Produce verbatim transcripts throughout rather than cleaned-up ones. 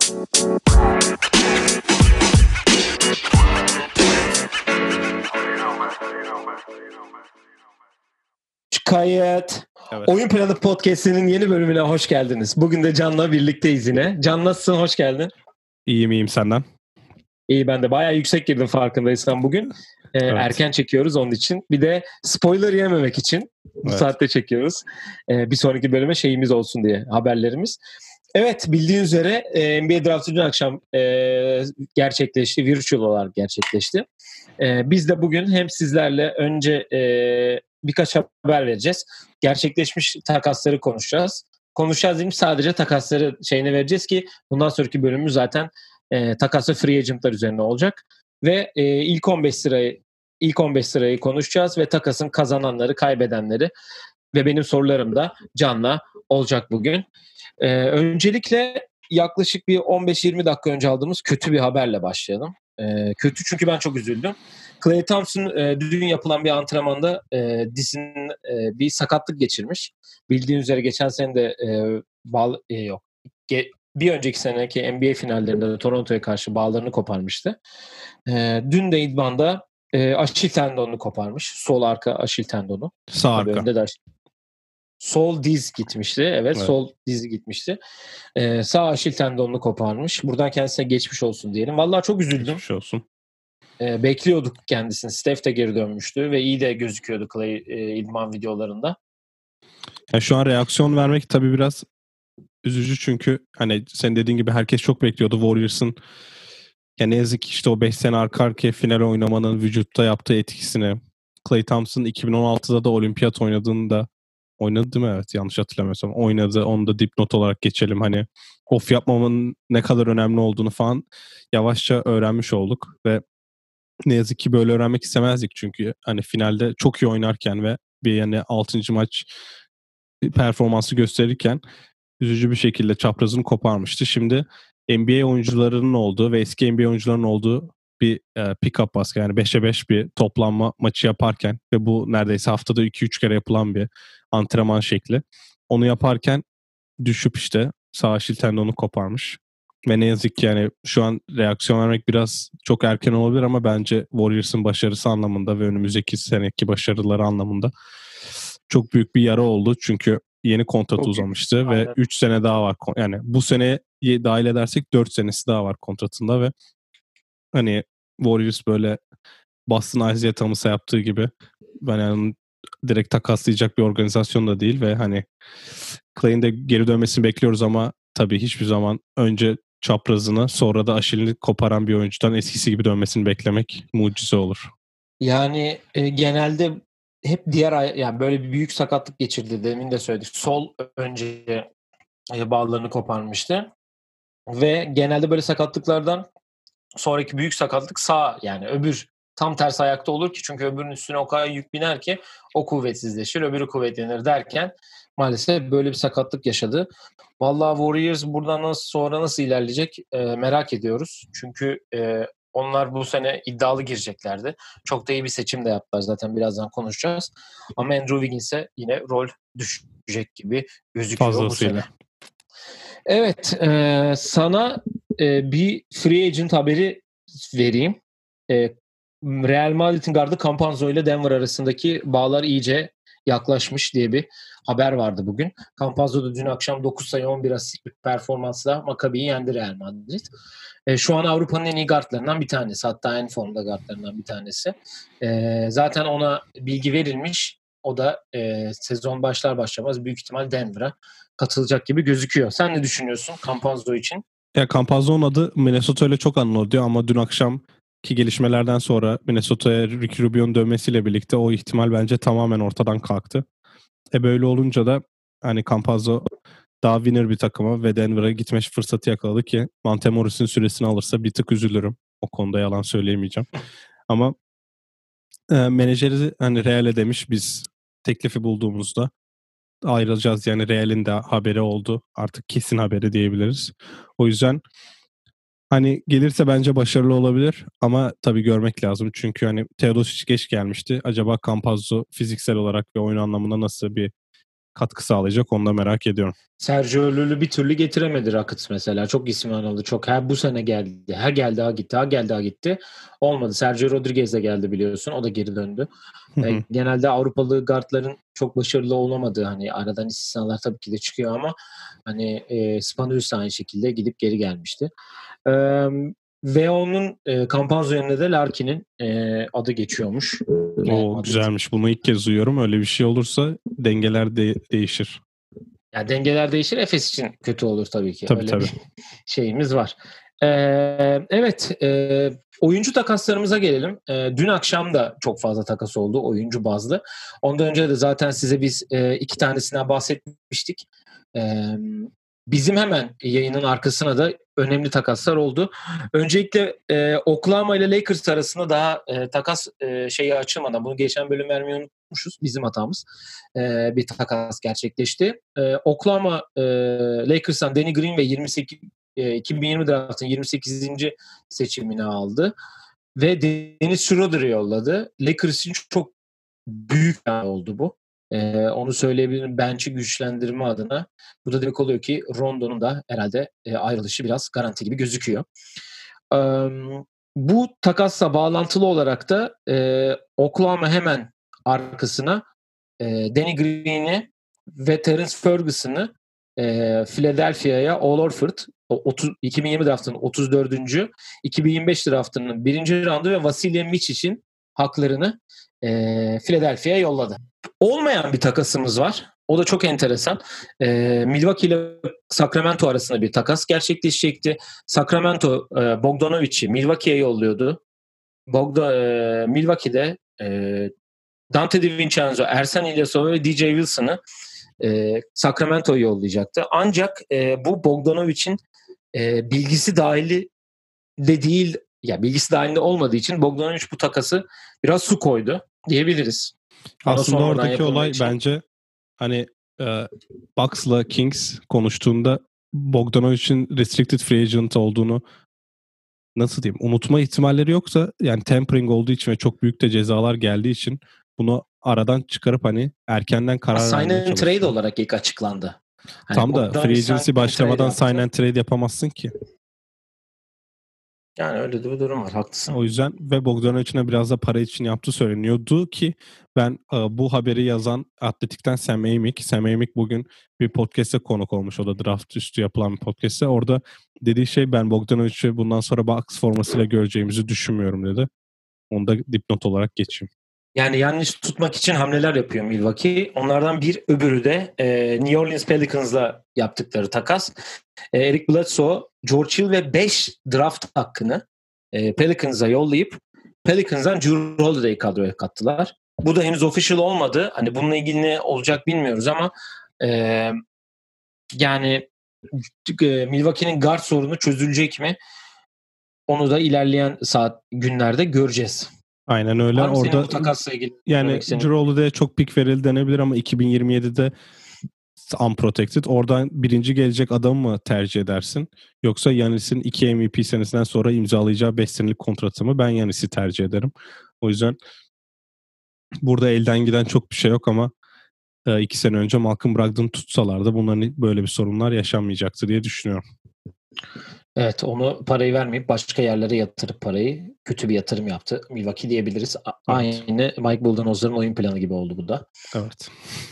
Kayıt. Evet. Oyun Planı Podcast'inin yeni bölümüne hoş geldiniz. Bugün de Can'la birlikteyiz yine. Can, nasılsın? Hoş geldin. İyiyim iyiyim senden. İyi, ben de bayağı yüksek girdim farkındaysan bugün. Ee, evet. Erken çekiyoruz onun için. Bir de spoiler yememek için bu evet. saatte çekiyoruz. Ee, bir sonraki bölüme şeyimiz olsun diye, haberlerimiz. Evet, bildiğiniz üzere e, N B A Draft'ı dün akşam e, gerçekleşti. Virtual olarak gerçekleşti. E, biz de bugün hem sizlerle önce e, birkaç haber vereceğiz. Gerçekleşmiş takasları konuşacağız. Konuşacağız değil mi? Sadece takasları şeyini vereceğiz ki bundan sonraki bölümümüz zaten e, takas ve free agent'lar üzerine olacak. Ve e, ilk on beş sırayı ilk on beş sırayı konuşacağız ve takasın kazananları, kaybedenleri ve benim sorularım da Can'la olacak bugün. Ee, öncelikle yaklaşık bir on beş yirmi dakika önce aldığımız kötü bir haberle başlayalım. Ee, kötü çünkü ben çok üzüldüm. Klay Thompson e, dün yapılan bir antrenmanda e, dizinin e, bir sakatlık geçirmiş. Bildiğiniz üzere geçen sene de e, bağ, e, yok. Ge, bir önceki seneki N B A finallerinde de Toronto'ya karşı bağlarını koparmıştı. E, dün de idmanda e, Aşil tendonunu koparmış. Sol arka Aşil tendonu. Sağ arka. Sol diz gitmişti. Evet, evet. Sol diz gitmişti. Ee, sağ Aşil tendonunu koparmış. Buradan kendisine geçmiş olsun diyelim. Vallahi çok üzüldüm. Geçmiş olsun. Ee, bekliyorduk kendisini. Steph de geri dönmüştü ve iyi de gözüküyordu Clay e, idman videolarında. Yani şu an reaksiyon vermek tabii biraz üzücü çünkü hani sen dediğin gibi herkes çok bekliyordu Warriors'ın. Yani ne yazık ki işte o beş sene arka arkaya final oynamanın vücutta yaptığı etkisini. Klay Thompson iki bin on altıda da olimpiyat oynadığında oynadı değil mi? Evet, yanlış hatırlamıyorsam. Oynadı. Onu da dipnot olarak geçelim. Hani off yapmamanın ne kadar önemli olduğunu falan yavaşça öğrenmiş olduk ve ne yazık ki böyle öğrenmek istemezdik çünkü hani finalde çok iyi oynarken ve bir yani altıncı maç performansı gösterirken üzücü bir şekilde çaprazını koparmıştı. Şimdi N B A oyuncularının olduğu ve eski N B A oyuncularının olduğu bir e, pick-up basket, yani beşe beş bir toplanma maçı yaparken ve bu neredeyse haftada iki üç kere yapılan bir antrenman şekli. Onu yaparken düşüp işte sağ Aşil tendonu koparmış. Ve ne yazık ki yani şu an reaksiyon vermek biraz çok erken olabilir ama bence Warriors'ın başarısı anlamında ve önümüzdeki seneki başarıları anlamında çok büyük bir yara oldu. Çünkü yeni kontratı çok uzamıştı iyi. Ve üç sene daha var. Yani bu seneye dahil edersek dört senesi daha var kontratında ve hani Warriors böyle Boston Isaiah Thomas'a yaptığı gibi ben yani direkt takaslayacak bir organizasyon da değil ve hani Clay'in de geri dönmesini bekliyoruz ama tabii hiçbir zaman önce çaprazını sonra da Aşil'ini koparan bir oyuncudan eskisi gibi dönmesini beklemek mucize olur. Yani e, genelde hep diğer yani böyle bir büyük sakatlık geçirdi, demin de söyledik. Sol önce e, bağlarını koparmıştı ve genelde böyle sakatlıklardan sonraki büyük sakatlık sağ, yani öbür tam tersi ayakta olur ki çünkü öbürünün üstüne o kadar yük biner ki o kuvvetsizleşir, öbürü kuvvetlenir derken maalesef böyle bir sakatlık yaşadı. Vallahi Warriors buradan nasıl, sonra nasıl ilerleyecek e, merak ediyoruz. Çünkü e, onlar bu sene iddialı gireceklerdi. Çok da iyi bir seçim de yaptılar, zaten birazdan konuşacağız. Ama Andrew Wiggins'e yine rol düşecek gibi gözüküyor fazlasıyla bu sene. Evet, e, sana e, bir free agent haberi vereyim. E, Real Madrid'in gardı Campazzo ile Denver arasındaki bağlar iyice yaklaşmış diye bir haber vardı bugün. Campazzo da dün akşam dokuz sayı on bir asist performansla Maccabi'yi yendi Real Madrid. E, şu an Avrupa'nın en iyi guardlarından bir tanesi. Hatta en formda guardlarından bir tanesi. E, zaten ona bilgi verilmiş. O da e, sezon başlar başlamaz büyük ihtimal Denver'a katılacak gibi gözüküyor. Sen ne düşünüyorsun Campazzo için? Ya Campazzo'nun adı Minnesota ile çok anılıyor ama dün akşamki gelişmelerden sonra Minnesota'ya Ricky Rubio'nun dönmesiyle birlikte o ihtimal bence tamamen ortadan kalktı. E böyle olunca da hani Campazzo daha winner bir takıma ve Denver'a gitme fırsatı yakaladı ki Monte Morris'in süresini alırsa bir tık üzülürüm. O konuda yalan söyleyemeyeceğim. Ama e, menajeri hani Real'e demiş biz teklifi bulduğumuzda ayrılacağız, yani Real'in de haberi oldu. Artık kesin haberi diyebiliriz. O yüzden hani gelirse bence başarılı olabilir ama tabii görmek lazım. Çünkü hani Teodosic geç gelmişti. Acaba Campazzo fiziksel olarak ve oyun anlamında nasıl bir katkı sağlayacak, onu da merak ediyorum. Sergio Llull'ü bir türlü getiremedi Rockets mesela. Çok ismi anıldı. Çok her bu sene geldi. Her geldi ha gitti. Ha geldi ha gitti. Olmadı. Sergio Rodriguez de geldi biliyorsun. O da geri döndü. E, genelde Avrupalı guardların çok başarılı olamadığı, hani aradan istisnalar tabii ki de çıkıyor ama hani e, Spanulis aynı şekilde gidip geri gelmişti. E, ve onun e, Campazzo yerine de Larkin'in e, adı geçiyormuş. O güzelmiş. Bunu ilk kez duyuyorum. Öyle bir şey olursa dengeler de değişir. Yani dengeler değişir. Efes için kötü olur tabii ki. Tabii, Öyle tabii. bir şeyimiz var. Ee, evet. E, oyuncu takaslarımıza gelelim. E, dün akşam da çok fazla takas oldu oyuncu bazlı. Ondan önce de zaten size biz e, iki tanesinden bahsetmiştik. E, bizim hemen yayının arkasına da önemli takaslar oldu. Öncelikle e, Oklahoma ile Lakers arasında daha e, takas e, şeyi açılmadan, bunu geçen bölüm vermeyi unutmuşuz. Bizim hatamız. E, bir takas gerçekleşti. E, Oklahoma e, Lakers'tan Danny Green ve yirmi sekiz e, iki bin yirmi draftının yirmi sekizinci seçimini aldı. Ve Dennis Schroeder'ı yolladı. Lakers için çok büyük bir oldu bu. Ee, onu söyleyebilirim, bench'i güçlendirme adına. Bu da demek oluyor ki Rondo'nun da herhalde e, ayrılışı biraz garanti gibi gözüküyor. Ee, bu takasla bağlantılı olarak da e, Oklahoma hemen arkasına e, Danny Green'i ve Terence Ferguson'ı e, Philadelphia'ya Al Horford otuz, iki bin yirmi draftının otuz dördüncü iki bin yirmi beş draftının birinci roundu ve Vasilya Micic'in haklarını e, Philadelphia'ya yolladı. Olmayan bir takasımız var. O da çok enteresan. E, Milwaukee ile Sacramento arasında bir takas gerçekleşecekti. Sacramento e, Bogdanovic'i Milwaukee'ye yolluyordu. Bogda, e, Milwaukee'de e, Dante DiVincenzo, Ersan İlyasova ve D J Wilson'ı e, Sacramento'ya yollayacaktı. Ancak e, bu Bogdanovic'in e, bilgisi dahili de değil, ya bilgisi dahilinde olmadığı için Bogdanovic bu takası biraz su koydu diyebiliriz. Aslında oradaki olay için. Bence hani e, Bucks'la Kings konuştuğunda Bogdanovic'in restricted free agent olduğunu, nasıl diyeyim, unutma ihtimalleri yoksa, yani tampering olduğu için ve çok büyük de cezalar geldiği için bunu aradan çıkarıp hani erkenden karar sign vermeye and trade olarak ilk açıklandı. Hani tam da free agency başlamadan sign and trade yapamazsın ki. Yani öyle de bir durum var, haklısın. O yüzden ve Bogdanovic'in biraz da para için yaptığı söyleniyordu ki ben bu haberi yazan Atletik'ten Sam Amick, Sam Amick bugün bir podcast'te konuk olmuş. O da draft üstü yapılan bir podcast'te. Orada dediği şey, ben Bogdanovic'i bundan sonra Bucks formasıyla göreceğimizi düşünmüyorum dedi. Onu da dipnot olarak geçeyim. Yani yanlış tutmak için hamleler yapıyor Milwaukee. Onlardan bir öbürü de e, New Orleans Pelicans'la yaptıkları takas. E, Eric Bledsoe, George Hill ve beş draft hakkını e, Pelicans'a yollayıp Pelicans'dan Jrue Holiday'i kadroya kattılar. Bu da henüz official olmadı. Hani bununla ilgili ne olacak bilmiyoruz ama e, yani e, Milwaukee'nin guard sorunu çözülecek mi? Onu da ilerleyen saat günlerde göreceğiz. Aynen öyle. Var mı orada senin bu takasla ilgili? Yani Jrue Holiday'e çok pik verildi denebilir ama iki bin yirmi yedide unprotected. Oradan birinci gelecek adamı mı tercih edersin? Yoksa Giannis'in iki M V P senesinden sonra imzalayacağı beş senelik kontratı mı? Ben Giannis'i tercih ederim. O yüzden burada elden giden çok bir şey yok ama iki sene önce Malcolm Brogdon'u tutsalardı bunların böyle bir sorunlar yaşanmayacaktı diye düşünüyorum. Evet, onu parayı vermeyip başka yerlere yatırıp parayı kötü bir yatırım yaptı Milwaukee diyebiliriz. A- evet. Aynı Mike Budenholzer'ın oyun planı gibi oldu bu da. Evet.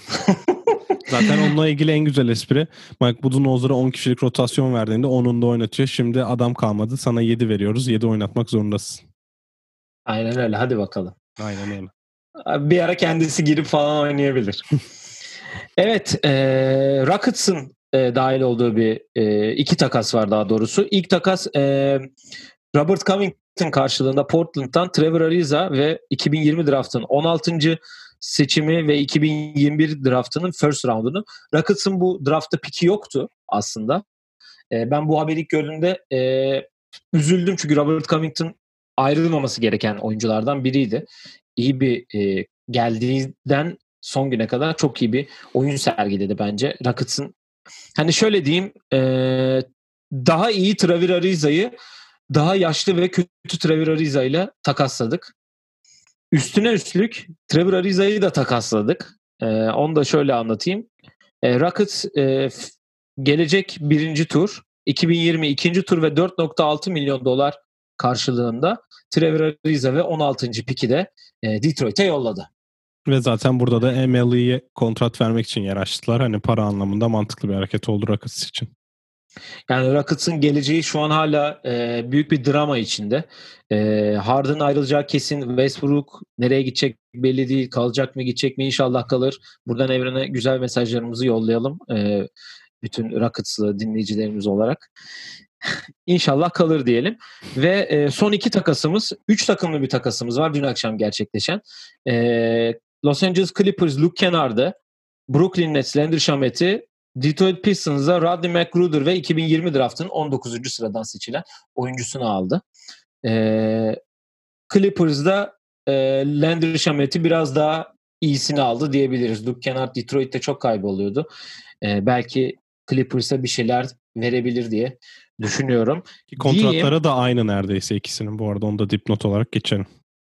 Zaten onunla ilgili en güzel espri, Mike Budenholzer'a on kişilik rotasyon verdiğinde onun da oynatıyor. Şimdi adam kalmadı, sana yedi veriyoruz, yedi oynatmak zorundasın. Aynen öyle, hadi bakalım. Aynen öyle. Bir ara kendisi girip falan oynayabilir. Evet, e, Rockets'ın e, dahil olduğu bir e, iki takas var daha doğrusu. İlk takas e, Robert Covington karşılığında Portland'dan Trevor Ariza ve iki bin yirmi draftının on altıncı seçimi ve iki bin yirmi bir draftının first round'unu. Rockets'ın bu draftta piki yoktu aslında. E, ben bu haberi ilk gördüğümde e, üzüldüm çünkü Robert Covington ayrılmaması gereken oyunculardan biriydi. İyi bir e, geldiğinden son güne kadar çok iyi bir oyun sergiledi bence. Rockets'ın, hani şöyle diyeyim, e, daha iyi Trevor Ariza'yı daha yaşlı ve kötü Trevor Ariza ile takasladık. Üstüne üstlük Trevor Ariza'yı da takasladık. E, onu da şöyle anlatayım. E, Rockets e, f- gelecek birinci tur, iki bin yirmi ikinci tur ve dört nokta altı milyon dolar karşılığında Trevor Ariza ve on altıncı piki de e, Detroit'e yolladı. Ve zaten burada da M L E'ye kontrat vermek için yer açtılar. Hani para anlamında mantıklı bir hareket oldu Rockets için. Yani Rockets'ın geleceği şu an hala e, büyük bir drama içinde. E, Harden ayrılacağı kesin. Westbrook nereye gidecek belli değil. Kalacak mı, gidecek mi? İnşallah kalır. Buradan evrene güzel mesajlarımızı yollayalım. E, bütün Rockets'lı dinleyicilerimiz olarak. İnşallah kalır diyelim. Ve e, son iki takasımız, üç takımlı bir takasımız var dün akşam gerçekleşen. E, Los Angeles Clippers Luke Kennard'ı, Brooklyn Nets Landry Shamet'i, Detroit Pistons'a Rodney McGruder ve iki bin yirmi draftının on dokuzuncu sıradan seçilen oyuncusunu aldı. E, Clippers'da e, Landry Shamet'i biraz daha iyisini aldı diyebiliriz. Luke Kennard Detroit'te çok kayboluyordu. E, belki Clippers'a bir şeyler verebilir diye düşünüyorum. Ki kontratları Diyeyim, da aynı neredeyse ikisinin. Bu arada onu da dipnot olarak geçelim.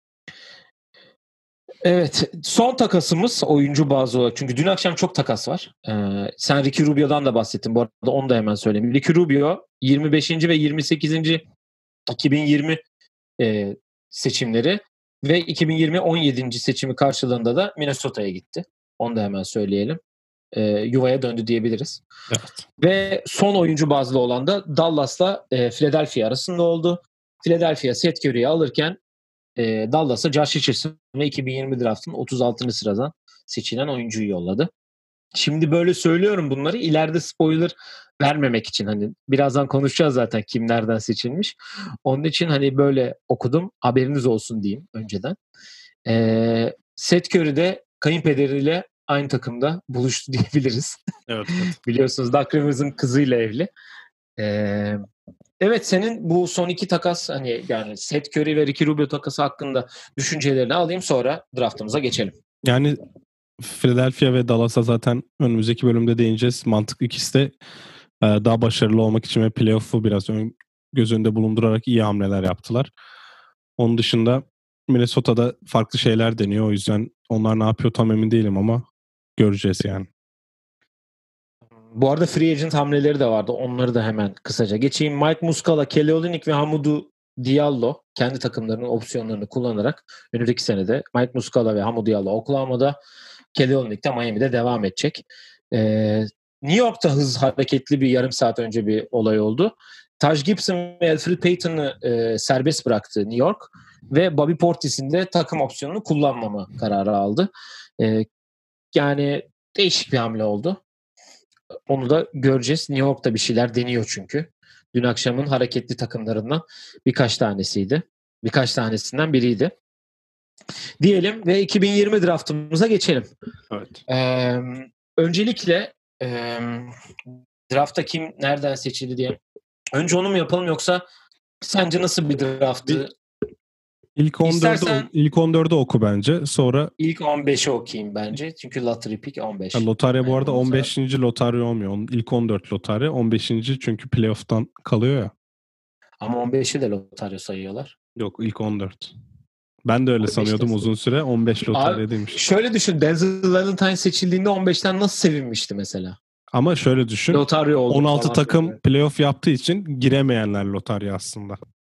evet, son takasımız oyuncu bazlı olarak. Çünkü dün akşam çok takas var. Ee, sen Ricky Rubio'dan da bahsettin. Bu arada onu da hemen söyleyeyim. Ricky Rubio yirmi beşinci ve yirmi sekizinci iki bin yirmi e, seçimleri ve iki bin yirmi on yedinci seçimi karşılığında da Minnesota'ya gitti. Onu da hemen söyleyelim. Ee, yuvaya döndü diyebiliriz. Evet. Ve son oyuncu bazlı olan da Dallas'la e, Philadelphia arasında oldu. Philadelphia Seth Curry'i alırken e, Dallas'a Josh Richardson ve iki bin yirmi draftının otuz altıncı sıradan seçilen oyuncuyu yolladı. Şimdi böyle söylüyorum bunları ileride spoiler vermemek için, hani birazdan konuşacağız zaten kim nereden seçilmiş. Onun için hani böyle okudum, haberiniz olsun diyeyim önceden. E, Seth Curry de kayınpederiyle aynı takımda buluştu diyebiliriz. Evet, evet. Biliyorsunuz Doug Rivers'ın kızıyla evli. Eee Evet, senin bu son iki takas, hani yani Seth Curry ve Ricky Rubio takası hakkında düşüncelerini alayım, sonra draftımıza geçelim. Yani Philadelphia ve Dallas'a zaten önümüzdeki bölümde değineceğiz. Mantık ikisi de daha başarılı olmak için ve playoff'u biraz ön, göz önünde bulundurarak iyi hamleler yaptılar. Onun dışında Minnesota'da farklı şeyler deniyor. O yüzden onlar ne yapıyor tam emin değilim ama göreceğiz yani. Bu arada free agent hamleleri de vardı. Onları da hemen kısaca geçeyim. Mike Muscala, Kelly Olynyk ve Hamidou Diallo kendi takımlarının opsiyonlarını kullanarak önümüzdeki senede Mike Muscala ve Hamidou Diallo Oklahoma'da, Kelly Olynyk de Miami'de devam edecek. Ee, New York'ta hız hareketli bir yarım saat önce bir olay oldu. Taj Gibson ve Elfrid Payton'ı e, serbest bıraktı New York ve Bobby Portis'in de takım opsiyonunu kullanmama kararı aldı. E, yani değişik bir hamle oldu. Onu da göreceğiz. New York'ta bir şeyler deniyor çünkü. Dün akşamın hareketli takımlarından birkaç tanesiydi. Birkaç tanesinden biriydi. Diyelim ve iki bin yirmi draftımıza geçelim. Evet. Ee, öncelikle e, draftta kim nereden seçildi diye. Önce onu mu yapalım yoksa sence nasıl bir drafttı? İlk on dördü İstersen ilk on dördü oku bence. Sonra ilk on beşi okuyayım bence. Çünkü lottery pick on beş. yani lotarya bu Yani arada on beşinci lotarya olmuyor. İlk on dört lotarya. on beşinci çünkü playoff'tan kalıyor ya. Ama on beşi de lotarya sayıyorlar. Yok, ilk on dört. Ben de öyle on beşte sanıyordum uzun süre. on beş lotaryadaymış. Şöyle düşün. Denzel Valentine seçildiğinde on beşten nasıl sevinmişti mesela? Ama şöyle düşün. Lotarya oldu on altı falan takım böyle. playoff yaptığı için giremeyenler lotarya aslında.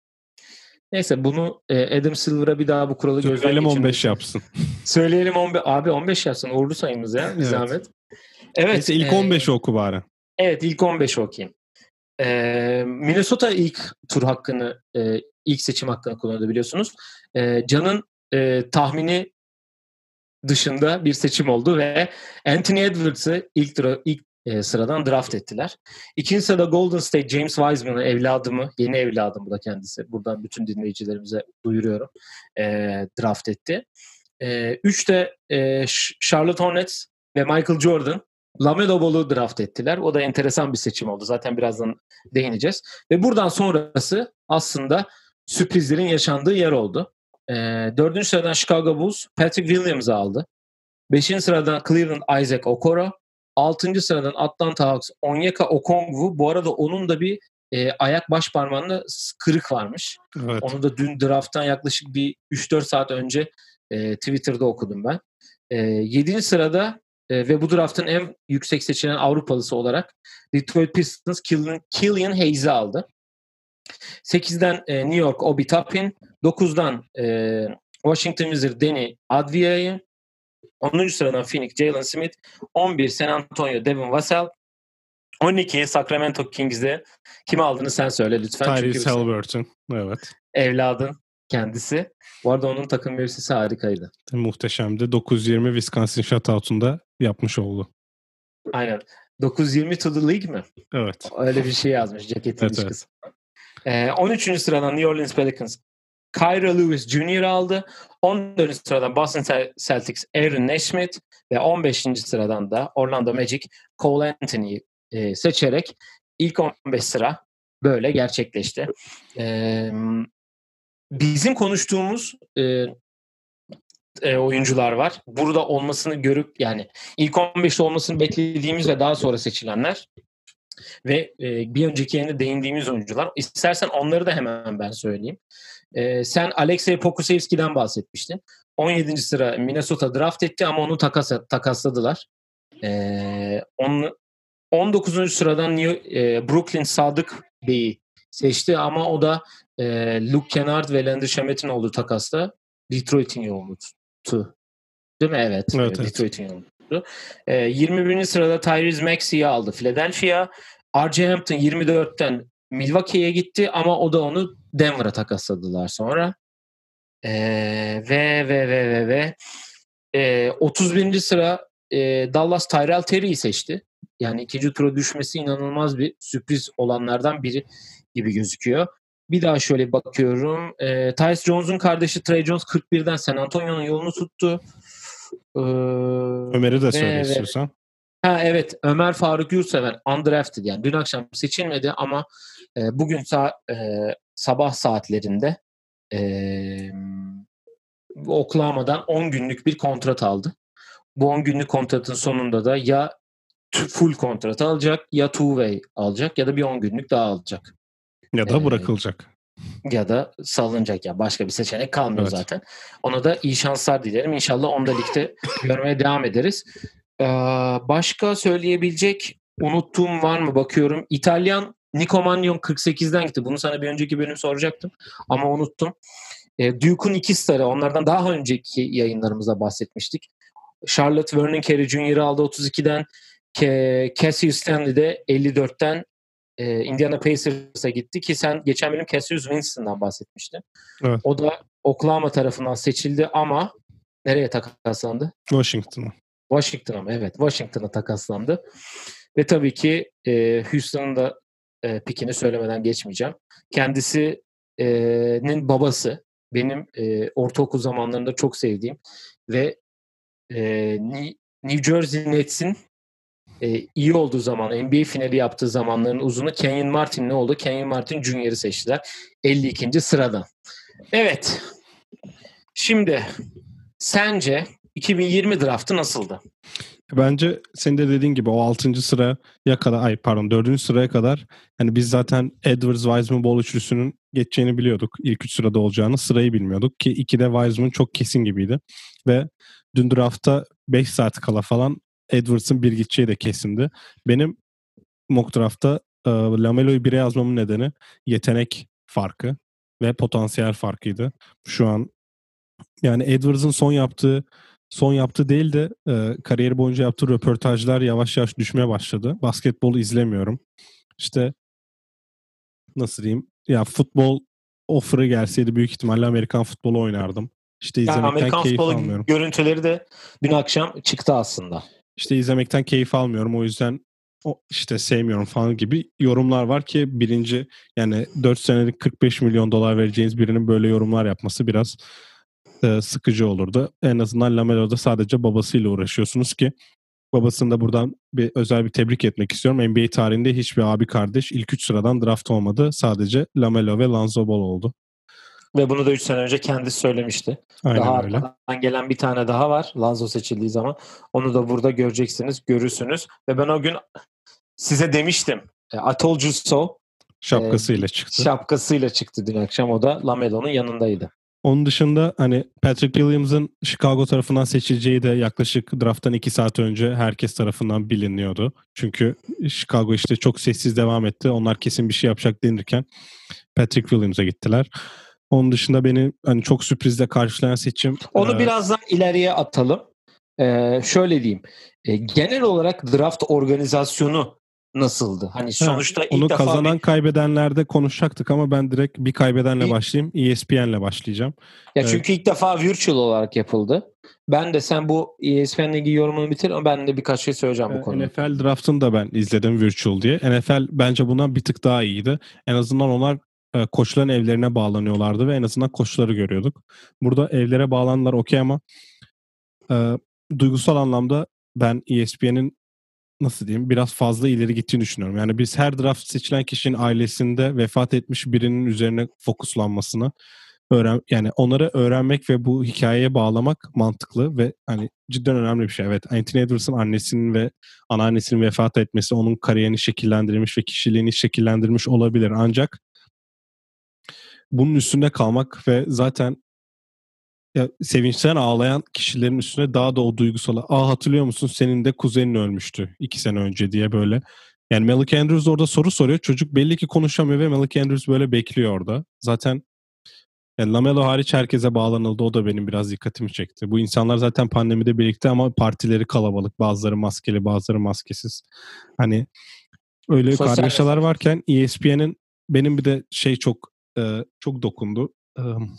Neyse bunu e, Adam Silver'a bir daha bu kuralı gözden Söyleyelim geçirmek. on beş yapsın. Söyleyelim on beş. Abi on beş yapsın. Uğurlu sayımız ya. Bir Evet. zahmet. Evet. Neyse ilk e, on beşi oku bari. Evet, ilk on beşi okuyayım. E, Minnesota ilk tur hakkını, e, ilk seçim hakkını kullandı biliyorsunuz. E, Can'ın e, tahmini dışında bir seçim oldu ve Anthony Edwards'ı ilk, dra- ilk e, sıradan draft ettiler. İkinci sırada Golden State James Wiseman'ı, evladımı, yeni evladım bu da kendisi. Buradan bütün dinleyicilerimize duyuruyorum. E, draft etti. E, üçte e, Charlotte Hornets ve Michael Jordan LaMelo Ball'u draft ettiler. O da enteresan bir seçim oldu. Zaten birazdan değineceğiz. Ve buradan sonrası aslında sürprizlerin yaşandığı yer oldu. E, dördüncü sıradan Chicago Bulls Patrick Williams'ı aldı. Beşinci sıradan Cleveland Isaac Okoro. Altıncı sıradan Atlanta Hawks Onyeka Okongwu. Bu arada onun da bir e, ayak baş parmağında kırık varmış. Evet. Onu da dün drafttan yaklaşık bir üç dört saat önce e, Twitter'da okudum ben. E, yedinci sırada e, ve bu draftın en yüksek seçilen Avrupalısı olarak Detroit Pistons Killian, Killian Hayes'i aldı. sekizden e, New York Obi Toppin, dokuzdan e, Washington Wizards Deni Avdia'yı, onuncu sıradan Phoenix Jalen Smith, on bir San Antonio Devin Vassell, on iki Sacramento Kings'de kimi aldığını sen söyle lütfen. Tyrese Haliburton. Evet. Evladın kendisi. Bu arada onun takım elbisesi harikaydı. Muhteşemdi. dokuz yirmi Wisconsin Shoutout'unda yapmış oldu. Aynen. dokuz yirmi to the league mi? Evet. Öyle bir şey yazmış ceketin evet, iç kısmı. Evet. Ee, on üçüncü sıradan New Orleans Pelicans Kyra Lewis Junior aldı. on dördüncü sıradan Boston Celtics Aaron Nesmith ve on beşinci sıradan da Orlando Magic Cole Anthony'yi e, seçerek ilk on beş sıra böyle gerçekleşti. Ee, bizim konuştuğumuz e, e, oyuncular var. Burada olmasını görüp yani ilk on beşte olmasını beklediğimiz ve daha sonra seçilenler ve e, bir önceki yerine değindiğimiz oyuncular. İstersen onları da hemen ben söyleyeyim. E, sen Aleksej Pokusevski'den bahsetmiştin. on yedinci sıra Minnesota draft etti ama onu takas, takasladılar. E, on, on dokuzuncu sıradan New, e, Brooklyn Sadık Bey'i seçti ama o da e, Luke Kennard ve Landry Shamet'in olduğu takasta Detroit'in yolunu tuttu. Değil mi? Evet. evet Detroit'in evet. yolunu tuttu. E, yirmi birinci sırada Tyrese Maxey'i aldı Philadelphia. R J Hampton yirmi dörtten Milwaukee'ye gitti ama o da onu Denver'a takasladılar sonra. E, ve ve ve ve ve e, otuz birinci sıra e, Dallas Tyrell Terry'i seçti. Yani ikinci tura düşmesi inanılmaz bir sürpriz olanlardan biri gibi gözüküyor. Bir daha şöyle bakıyorum. E, Tyus Jones'un kardeşi Trey Jones kırk birden San Antonio'nun yolunu tuttu. E, Ömer'i de söyle istiyorsan. Ha evet, Ömer Faruk Yurtseven undrafted yani dün akşam seçilmedi ama e, bugün sa- e, sabah saatlerinde e, Oklahoma'dan on günlük bir kontrat aldı. Bu on günlük kontratın sonunda da ya full kontrat alacak ya two-way alacak ya da bir on günlük daha alacak. Ya da ee, bırakılacak. Ya da salınacak ya. Başka bir seçenek kalmıyor evet. zaten. Ona da iyi şanslar dilerim. İnşallah onu da ligde görmeye devam ederiz. Ee, başka söyleyebilecek unuttuğum var mı bakıyorum. İtalyan Nico Mannion kırk sekizden gitti. Bunu sana bir önceki bölüm soracaktım. Ama unuttum. Ee, Duke'un iki starı. Onlardan daha önceki yayınlarımızda bahsetmiştik. Charlotte Vernon Carey Junior'ı aldı otuz ikiden. Cassius Stanley de elli dörtten e, Indiana Pacers'a gitti ki sen geçen bölüm Cassius Winston'dan bahsetmiştin. Evet. O da Oklahoma tarafından seçildi ama nereye takaslandı? Washington'a. Washington'a mı? Evet. Washington'a takaslandı. Ve tabii ki e, Houston'ın da e, pikini söylemeden geçmeyeceğim. Kendisinin babası benim e, ortaokul zamanlarında çok sevdiğim ve e, New Jersey Nets'in e, iyi olduğu zaman N B A finali yaptığı zamanların uzunu Kenyon Martin ne oldu? Kenyon Martin Junior'ı seçtiler. elli ikinci sıradan. Evet. Şimdi sence iki bin yirmi draftı nasıldı? Bence senin de dediğin gibi o altıncı sıraya kadar, ay pardon dördüncü sıraya kadar hani biz zaten Edwards, Wiseman, Ball üçlüsünün geçeceğini biliyorduk. İlk üç sırada olacağını, sırayı bilmiyorduk ki ikide Wiseman çok kesin gibiydi. Ve dün draftta beş saat kala falan Edwards'ın bir gideceği de kesindi. Benim mock draft'ta e, Lamelo'yu bire yazmamın nedeni yetenek farkı ve potansiyel farkıydı. Şu an yani Edwards'ın son yaptığı son yaptığı değil de e, kariyeri boyunca yaptığı röportajlar yavaş yavaş düşmeye başladı. Basketbol izlemiyorum. İşte nasıl diyeyim? Ya futbol offer'ı gelseydi büyük ihtimalle Amerikan futbolu oynardım. İşte izlemekten yani Amerikan keyif almıyorum. Görüntüleri de dün akşam çıktı aslında. İşte izlemekten keyif almıyorum. O yüzden o işte sevmiyorum falan gibi yorumlar var ki birinci yani dört senelik kırk beş milyon dolar vereceğiniz birinin böyle yorumlar yapması biraz e, sıkıcı olurdu. En azından Lamelo'da sadece babasıyla uğraşıyorsunuz ki babasını da buradan bir özel bir tebrik etmek istiyorum. N B A tarihinde hiçbir abi kardeş ilk üç sıradan draft olmadı. Sadece Lamelo ve Lonzo Ball oldu. Ve bunu da üç sene önce kendisi söylemişti. Aynen daha öyle. Arkadan gelen bir tane daha var. Lonzo seçildiği zaman. Onu da burada göreceksiniz, görürsünüz. Ve ben o gün size demiştim. I told you so. Şapkasıyla e, çıktı. Şapkasıyla çıktı dün akşam. O da Lamelo'nun yanındaydı. Onun dışında hani Patrick Williams'ın Chicago tarafından seçileceği de yaklaşık draft'tan iki saat önce herkes tarafından biliniyordu. Çünkü Chicago işte çok sessiz devam etti. Onlar kesin bir şey yapacak denirken Patrick Williams'a gittiler. Onun dışında beni hani çok sürprizle karşılayan seçim... Onu e... biraz daha ileriye atalım. Ee, şöyle diyeyim. Ee, genel olarak draft organizasyonu nasıldı? Hani sonuçta ha, ilk onu defa kazanan bir... kaybedenlerde konuşacaktık ama ben direkt bir kaybedenle başlayayım. E S P N'le başlayacağım. Ya Evet. çünkü ilk defa virtual olarak yapıldı. Ben de sen bu E S P N'le ilgili yorumunu bitir ama ben de birkaç şey söyleyeceğim bu konuda. N F L draft'ını da ben izledim virtual diye. N F L bence bundan bir tık daha iyiydi. En azından onlar e, koçların evlerine bağlanıyorlardı ve en azından koçları görüyorduk. Burada evlere bağlananlar okey ama e, duygusal anlamda ben E S P N'in nasıl diyeyim biraz fazla ileri gittiğini düşünüyorum. Yani biz her draft seçilen kişinin ailesinde vefat etmiş birinin üzerine fokuslanmasını öğren yani onları öğrenmek ve bu hikayeye bağlamak mantıklı ve hani cidden önemli bir şey. Evet, Anthony Edwards'ın annesinin ve anneannesinin vefat etmesi onun kariyerini şekillendirmiş ve kişiliğini şekillendirmiş olabilir. Ancak bunun üstünde kalmak ve zaten ya, sevinçten ağlayan kişilerin üstüne daha da o duygusal. Aa hatırlıyor musun senin de kuzenin ölmüştü iki sene önce diye böyle. Yani Malik Andrews orada soru soruyor. Çocuk belli ki konuşamıyor ve Malik Andrews böyle bekliyor orada. Zaten yani Lamelo hariç herkese bağlanıldı. O da benim biraz dikkatimi çekti. Bu insanlar zaten pandemide birlikte ama partileri kalabalık. Bazıları maskeli, bazıları maskesiz. Hani öyle Sosyal kargaşalar mesafe. varken E S P N'in benim bir de şey çok e, çok dokundu. E,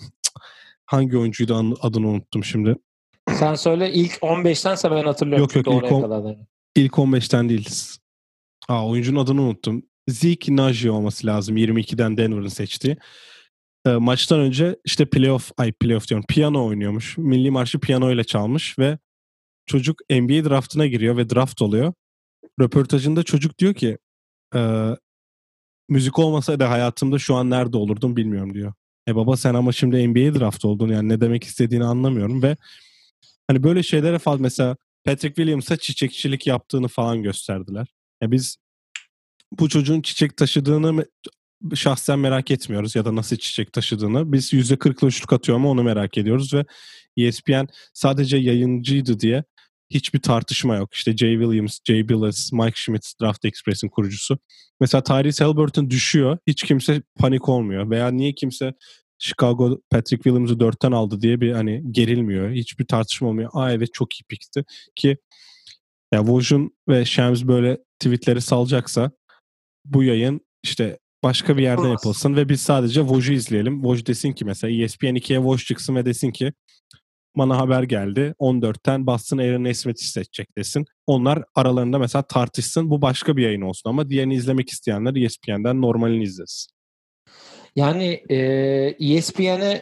hangi oyuncuydu adını unuttum şimdi. Sen söyle ilk on beştense ben hatırlıyorum Yok yok çünkü ilk, oraya on, kadar. ilk on beşten değil. Aa, oyuncunun adını unuttum. Zeke Naji olması lazım. yirmi ikiden Denver'ın seçtiği. E, maçtan önce işte playoff, ay playoff diyorum. Piyano oynuyormuş. Milli marşı piyano ile çalmış ve çocuk N B A draftına giriyor ve draft oluyor. Röportajında çocuk diyor ki e, müzik olmasaydı hayatımda şu an nerede olurdum bilmiyorum diyor. E baba sen ama şimdi N B A draft oldun yani ne demek istediğini anlamıyorum ve hani böyle şeylere fazla mesela Patrick Williams'a çiçekçilik yaptığını falan gösterdiler. Ya biz bu çocuğun çiçek taşıdığını şahsen merak etmiyoruz ya da nasıl çiçek taşıdığını. Biz yüzde kırkla üçlük atıyor ama onu merak ediyoruz ve E S P N sadece yayıncıydı diye hiçbir tartışma yok. İşte Jay Williams, Jay Bilas, Mike Schmitz Draft Express'in kurucusu. Mesela Tyrese Haliburton düşüyor. Hiç kimse panik olmuyor. Veya niye kimse Chicago Patrick Williams'ı dörtten aldı diye bir hani gerilmiyor. Hiçbir tartışma olmuyor. Aa evet çok iyi pickti. Ki ya Woj'un ve Shams böyle tweetleri salacaksa bu yayın işte başka bir yerden yapılsın ve biz sadece Woj'u izleyelim. Woj desin ki mesela E S P N ikiye Woj çıksın ve desin ki bana haber geldi on dörtten Boston Aaron Nesmith'i seçecek desin. Onlar aralarında mesela tartışsın. Bu başka bir yayın olsun ama diğerini izlemek isteyenler E S P N'den normalini izlesin. Yani e, E S P N'e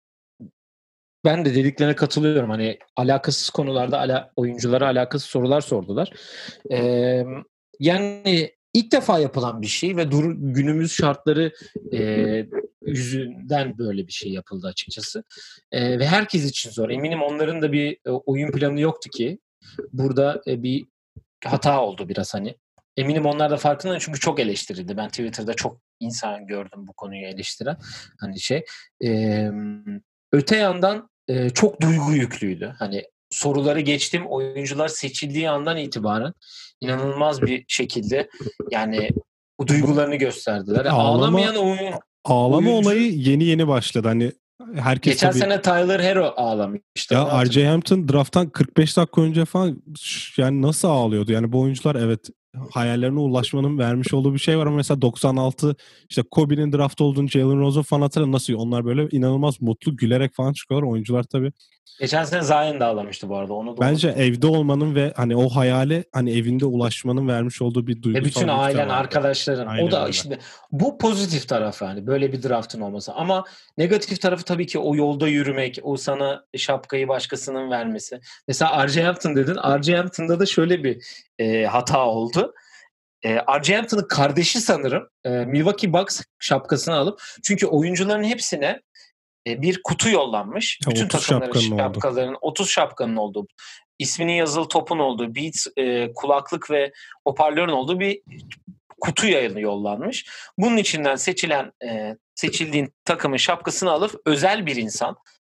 ben de dediklerine katılıyorum. Hani alakasız konularda ala, oyunculara alakasız sorular sordular. Ee, yani ilk defa yapılan bir şey ve dur, günümüz şartları e, yüzünden böyle bir şey yapıldı açıkçası. E, ve herkes için zor. Eminim onların da bir e, oyun planı yoktu ki. Burada e, bir hata oldu biraz hani. Eminim onlar da farkında çünkü çok eleştirildi. Ben Twitter'da çok insan gördüm bu konuyu eleştiren. Hani şey. E, öte yandan e, çok duygu yüklüydü. Hani soruları geçtim. Oyuncular seçildiği andan itibaren inanılmaz bir şekilde yani bu duygularını gösterdiler. Yani Ağlama, ağlamayan oyun, ağlama oyuncu olayı yeni yeni başladı. Hani herkes geçen tabii... sene Tyler Hero ağlamıştı. Ya R J Hampton drafttan kırk beş dakika önce falan yani nasıl ağlıyordu? Yani bu oyuncular evet hayallerine ulaşmanın vermiş olduğu bir şey var ama mesela doksan altı işte Kobe'nin draft olduğunu Jalen Rose'un falan hatırla nasıl? Onlar böyle inanılmaz mutlu gülerek falan çıkıyorlar. Oyuncular tabii. Geçen sene Zion da ağlamıştı bu arada. Onu da Bence unutmayın. evde olmanın ve hani o hayale hani evinde ulaşmanın vermiş olduğu bir duygusal Ve bütün yük de ailen, vardı. arkadaşların. Aynen O da öyle. işte bu pozitif tarafı hani böyle bir draftın olması. Ama negatif tarafı tabii ki o yolda yürümek, o sana şapkayı başkasının vermesi. Mesela R J Hampton dedin. R J Hampton'da da şöyle bir e, hata oldu. E, R J Hampton'ın kardeşi sanırım e, Milwaukee Bucks şapkasını alıp çünkü oyuncuların hepsine e, bir kutu yollanmış. Ya, bütün otuz takımların şapkanın şapkalarının oldu. otuz şapkanın olduğu, isminin yazılı topun olduğu, Beats e, kulaklık ve hoparlörün olduğu bir kutu yayını yollanmış. Bunun içinden seçilen e, seçildiğin takımın şapkasını alıp özel bir insan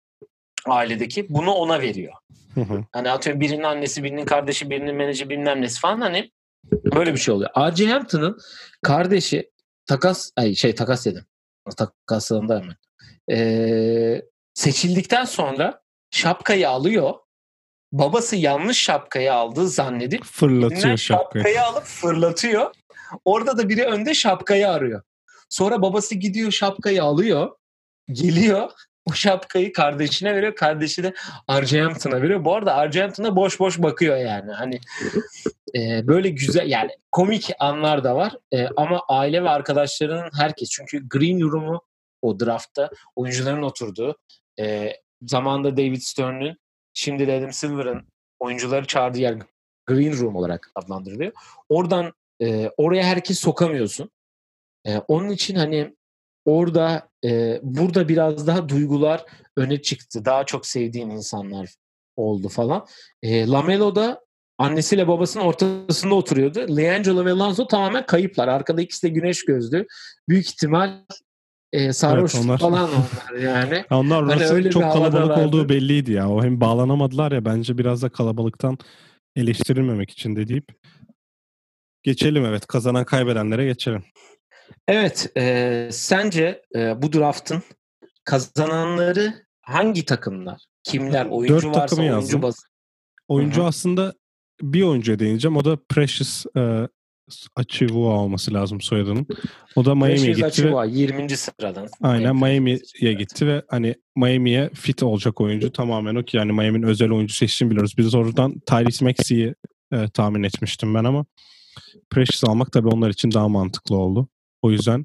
ailedeki bunu ona veriyor. Hı hı. Hani atıyorum birinin annesi, birinin kardeşi, birinin menajeri bilmem nesi falan, hani böyle bir şey oluyor. R J Hampton'ın kardeşi takas ay şey takas dedim. Takaslarında hemen. Ee, seçildikten sonra şapkayı alıyor. Babası yanlış şapkayı aldığı zannedip Fırlatıyor şapkayı. şapkayı alıp fırlatıyor. Orada da biri önde şapkayı arıyor. Sonra babası gidiyor şapkayı alıyor. Geliyor. O şapkayı kardeşine veriyor. Kardeşi de R J Hampton'a veriyor. Bu arada R J Hampton'a boş boş bakıyor yani. Hani e, böyle güzel, yani komik anlar da var. E, ama aile ve arkadaşlarının herkes, çünkü Green Room'u o draftta oyuncuların oturduğu, e, zamanında David Stern'ün, şimdi de Adam Silver'ın oyuncuları çağırdığı yer Green Room olarak adlandırılıyor. Oradan e, oraya herkes sokamıyorsun. E, onun için hani orada e, burada biraz daha duygular öne çıktı. Daha çok sevdiğin insanlar oldu falan. E, Lamelo da annesiyle babasının ortasında oturuyordu. LiAngelo ve Lonzo tamamen kayıplar. Arkada ikisi de güneş gözlü. Büyük ihtimal e, sarhoş Evet, onlar... falan onlar yani. Onlar hani orası öyle çok bir kalabalık havadalardı. olduğu belliydi ya. O hem bağlanamadılar ya, bence biraz da kalabalıktan eleştirilmemek için de deyip geçelim, evet, kazanan kaybedenlere geçelim. Evet, e, sence e, bu draft'ın kazananları hangi takımlar? Kimler? Oyuncu Dört varsa takımı oyuncu yazdım. baz. Oyuncu Hı hı. aslında bir oyuncuya değineceğim. O da Precious e, Achiuwa olması lazım soyadının. O da Miami'ye Precious gitti ve Achiuwa yirminci sıradan. aynen Miami'ye Miami gitti ve hani Miami'ye fit olacak oyuncu tamamen o ki, yani Miami'nin özel oyuncu seçtiğini biliyoruz. Biz oradan Tyrese Maxey'i e, tahmin etmiştim ben ama Precious almak tabii onlar için daha mantıklı oldu. O yüzden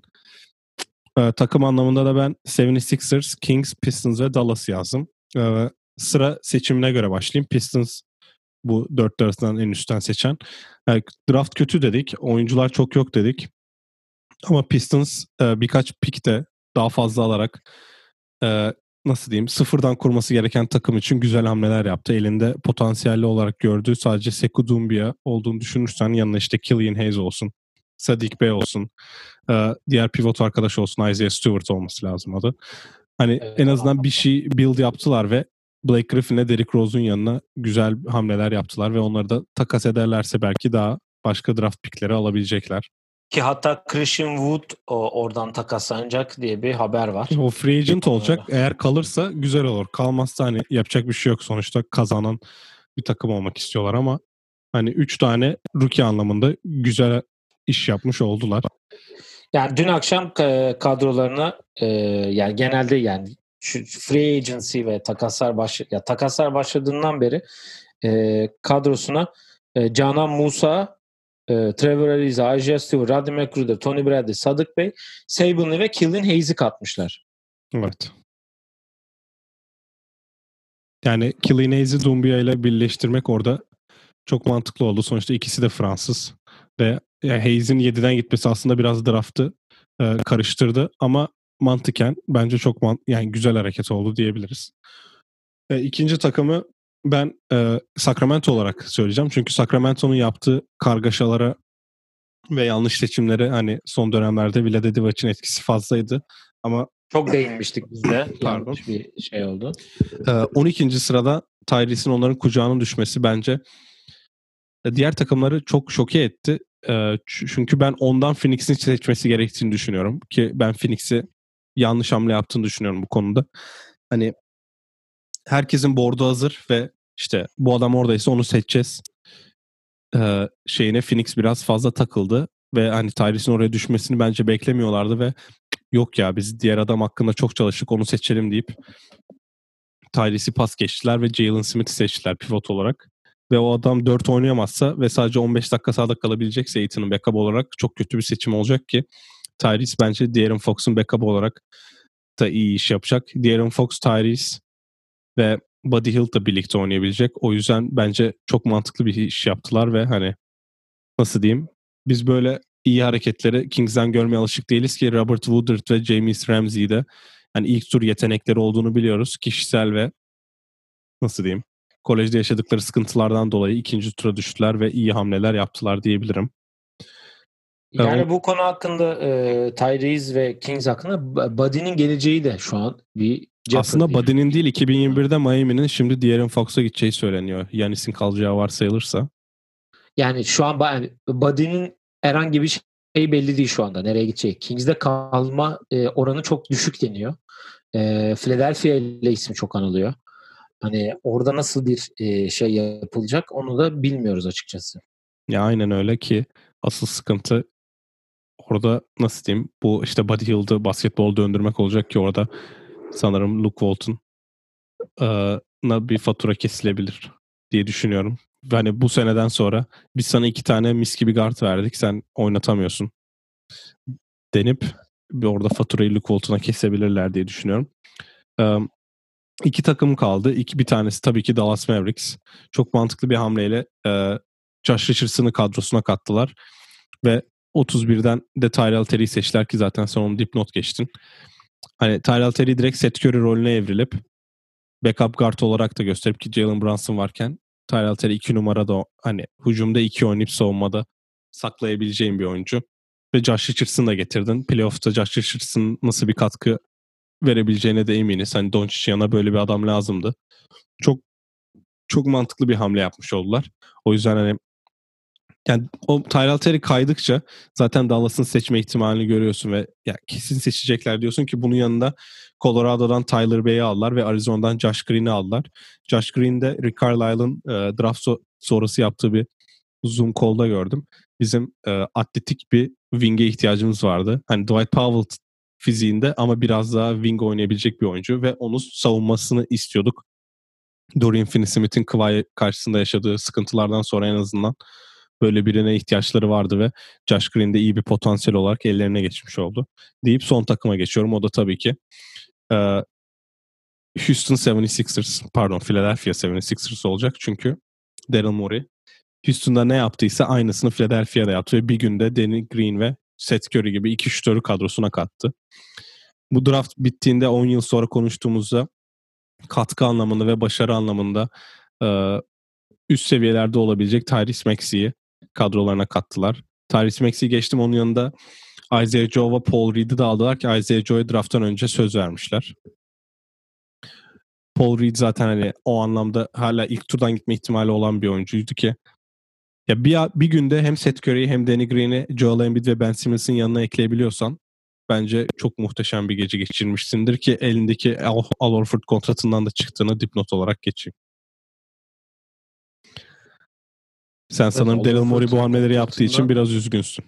e, takım anlamında da ben yetmiş altı ers, Kings, Pistons ve Dallas yazdım. E, sıra seçimine göre başlayayım. Pistons bu dört arasından en üstten seçen. Yani draft kötü dedik. Oyuncular çok yok dedik. Ama Pistons e, birkaç pick de daha fazla alarak e, nasıl diyeyim, sıfırdan kurması gereken takım için güzel hamleler yaptı. Elinde potansiyelli olarak gördüğü sadece Sekou Doumbia olduğunu düşünürsen yanına işte Killian Hayes olsun, Saddiq Bey olsun, e, diğer pivot arkadaş olsun, Isaiah Stewart olması lazım adı. Hani Evet, en azından bir şey build yaptılar ve Blake Griffin'le Derrick Rose'un yanına güzel hamleler yaptılar ve onları da takas ederlerse belki daha başka draft pickleri alabilecekler. Ki hatta Christian Wood o, oradan takaslanacak diye bir haber var. O free agent olacak. Eğer kalırsa güzel olur. Kalmazsa hani yapacak bir şey yok. Sonuçta kazanan bir takım olmak istiyorlar ama hani üç tane rookie anlamında güzel iş yapmış oldular. Yani dün akşam e, kadrolarına e, yani genelde yani şu free agency ve takaslar baş ya takaslar başladığından beri e, kadrosuna e, Canan Musa, e, Trevor Ariza, Isaiah Stewart, Rodney McGruder, Tony Bradley, Sadık Bey, Saban Lee ve Killian Hayes'i katmışlar. Evet. Yani Killian Hayes'i Doumbia ile birleştirmek orada çok mantıklı oldu. Sonuçta ikisi de Fransız ve yani Hayes'in yediden gitmesi aslında biraz draftı e, karıştırdı ama mantıken bence çok man- yani güzel hareket oldu diyebiliriz. E, ikinci takımı ben e, Sacramento olarak söyleyeceğim. Çünkü Sacramento'nun yaptığı kargaşalara ve yanlış seçimlere hani son dönemlerde Vlade Divac'ın etkisi fazlaydı. Ama çok değinmiştik biz de. Pardon. Yanlış bir şey oldu. E, on ikinci sırada Tyrese'in onların kucağına düşmesi bence diğer takımları çok şoke etti. E, çünkü ben ondan Phoenix'in seçmesi gerektiğini düşünüyorum. Ki ben Phoenix'i yanlış hamle yaptığını düşünüyorum bu konuda. Hani herkesin board'u hazır ve işte bu adam oradaysa onu seçeceğiz. Ee, şeyine Phoenix biraz fazla takıldı ve hani Tyrese'in oraya düşmesini bence beklemiyorlardı ve yok ya biz diğer adam hakkında çok çalıştık onu seçelim deyip Tyrese'i pas geçtiler ve Jalen Smith'i seçtiler pivot olarak. Ve o adam dört oynayamazsa ve sadece on beş dakika sahada kalabilecekse Aiton'un backup olarak çok kötü bir seçim olacak ki Tyrese bence De'Aaron Fox'un backup olarak da iyi iş yapacak. De'Aaron Fox, Tyrese ve Buddy Hield da birlikte oynayabilecek. O yüzden bence çok mantıklı bir iş yaptılar ve hani nasıl diyeyim, biz böyle iyi hareketleri Kings'den görmeye alışık değiliz ki Robert Woodard ve James Ramsey'de hani ilk tur yetenekleri olduğunu biliyoruz. Kişisel ve nasıl diyeyim kolejde yaşadıkları sıkıntılardan dolayı ikinci tura düştüler ve iyi hamleler yaptılar diyebilirim. Yani o, bu konu hakkında e, Tyrese ve Kings hakkında Buddy'nin geleceği de şu an bir aslında jeopardy. Buddy'nin değil iki bin yirmi birde Miami'nin şimdi De'Aaron Fox'a gideceği söyleniyor. Giannis'in kalacağı varsayılırsa. Yani şu an yani Buddy'nin herhangi bir şey belli değil şu anda. Nereye gidecek? Kings'de kalma e, oranı çok düşük deniyor. E, Philadelphia ile ismi çok anılıyor. Hani orada nasıl bir e, şey yapılacak onu da bilmiyoruz açıkçası. Ya aynen öyle ki asıl sıkıntı orada nasıl diyeyim bu işte Buddy Hield'ı basketbol döndürmek olacak ki orada sanırım Luke Walton na bir fatura kesilebilir diye düşünüyorum. Ve hani bu seneden sonra biz sana iki tane mis gibi guard verdik sen oynatamıyorsun denip bir orada faturayı Luke Walton'a kesebilirler diye düşünüyorum. Ee, iki takım kaldı. İki, bir tanesi tabii ki Dallas Mavericks. Çok mantıklı bir hamleyle e, Josh Richardson'ı kadrosuna kattılar. Ve otuz birden de Tyrell Terry'i seçtiler ki zaten sen onu dipnot geçtin. Hani Tyrell Terry direkt Seth Curry rolüne evrilip backup guard olarak da gösterip ki Jalen Brunson varken Tyrell Terry iki numara da hani hücumda iki oynayıp savunmada saklayabileceğin bir oyuncu. Ve Josh Richardson'ı da getirdin. Playoff'ta Josh Richardson nasıl bir katkı verebileceğine de eminiz. Hani Doncic yanına böyle bir adam lazımdı. Çok çok mantıklı bir hamle yapmış oldular. O yüzden hani yani o Tyrell Terry kaydıkça zaten Dallas'ın seçme ihtimalini görüyorsun ve ya kesin seçecekler diyorsun ki bunun yanında Colorado'dan Tyler Bay'i aldılar ve Arizona'dan Josh Green'i aldılar. Josh Green'de Rick Carlisle'ın e, draft so- sonrası yaptığı bir Zoom call'da gördüm. Bizim e, atletik bir wing'e ihtiyacımız vardı. Hani Dwight Powell fiziğinde ama biraz daha wing oynayabilecek bir oyuncu ve onu savunmasını istiyorduk. Dorian Finney-Smith'in Kawhi karşısında yaşadığı sıkıntılardan sonra en azından böyle birine ihtiyaçları vardı ve Josh Green de iyi bir potansiyel olarak ellerine geçmiş oldu. Deyip son takıma geçiyorum. O da tabii ki e, Houston seventy sixers pardon Philadelphia seventy sixers olacak. Çünkü Daryl Morey Houston'da ne yaptıysa aynısını Philadelphia'da yaptı ve bir günde Danny Green ve Seth Curry gibi iki şutörü kadrosuna kattı. Bu draft bittiğinde on yıl sonra konuştuğumuzda katkı anlamında ve başarı anlamında e, üst seviyelerde olabilecek Tyrese Maxey'i kadrolarına kattılar. Tyrese Maxey'i geçtim, onun yanında Isaiah Joe ve Paul Reed'i de aldılar ki Isaiah Joe'ya drafttan önce söz vermişler. Paul Reed zaten hani o anlamda hala ilk turdan gitme ihtimali olan bir oyuncuydu ki ya bir, bir günde hem Seth Curry'i hem Danny Green'i, Joel Embiid ve Ben Simmons'ın yanına ekleyebiliyorsan bence çok muhteşem bir gece geçirmişsindir ki elindeki Al, Al Horford kontratından da çıktığını dipnot olarak geçeyim. Sen sanırım Evet, Daryl Morey bu hamleleri yaptığı için biraz üzgünsün.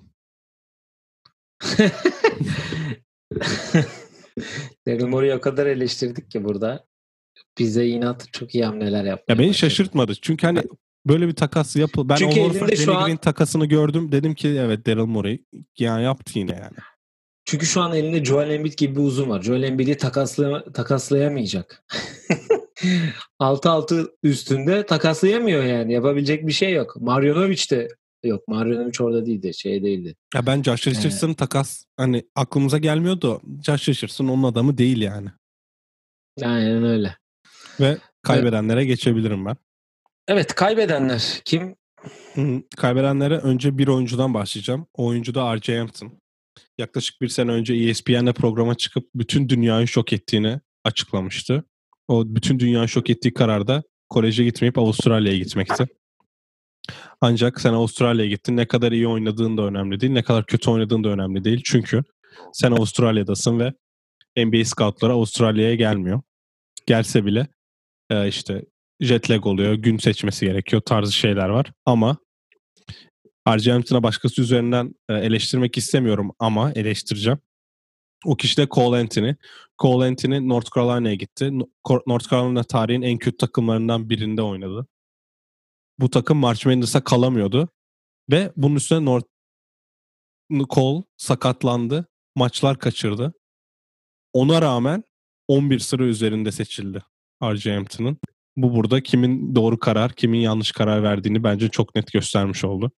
Daryl Morey'i o kadar eleştirdik ki burada. Bize inat çok iyi hamleler yapmaya Ya beni başladı. şaşırtmadı. Çünkü hani böyle bir takas yapıl. Ben Çünkü Al Horford, Danny an... Green takasını gördüm. Dedim ki evet Daryl Morey yani yaptı yine yani. Çünkü şu an elinde Joel Embiid gibi bir uzun var. Joel Embiid'i takasla, takaslayamayacak. altı altı üstünde takaslayamıyor yani. Yapabilecek bir şey yok. Marjanovic de yok. Marjanovic orada değildi. Şey değildi. Ya ben Josh Richardson ee... takas hani aklımıza gelmiyordu. Josh Richardson onun adamı değil yani. Aynen öyle. Ve kaybedenlere evet. geçebilirim ben. Evet, kaybedenler. Kim? Hı, kaybedenlere önce bir oyuncudan başlayacağım. O oyuncu da R J Hampton. Yaklaşık bir sene önce E S P N'le programa çıkıp bütün dünyayı şok ettiğini açıklamıştı. O bütün dünyayı şok ettiği kararda koleje gitmeyip Avustralya'ya gitmekti. Ancak sen Avustralya'ya gittin. Ne kadar iyi oynadığın da önemli değil. Ne kadar kötü oynadığın da önemli değil. Çünkü sen Avustralya'dasın ve N B A scoutları Avustralya'ya gelmiyor. Gelse bile işte jet lag oluyor. Gün seçmesi gerekiyor. Tarzı şeyler var. Ama R J Hampton'a başkası üzerinden eleştirmek istemiyorum ama eleştireceğim. O kişi de Cole Anthony. Cole Anthony North Carolina'ya gitti. North Carolina tarihin en kötü takımlarından birinde oynadı. Bu takım March Madness'a kalamıyordu. Ve bunun üstüne North Cole sakatlandı. Maçlar kaçırdı. Ona rağmen on bir sıra üzerinde seçildi R J Hampton'ın. Bu burada kimin doğru karar, kimin yanlış karar verdiğini bence çok net göstermiş oldu.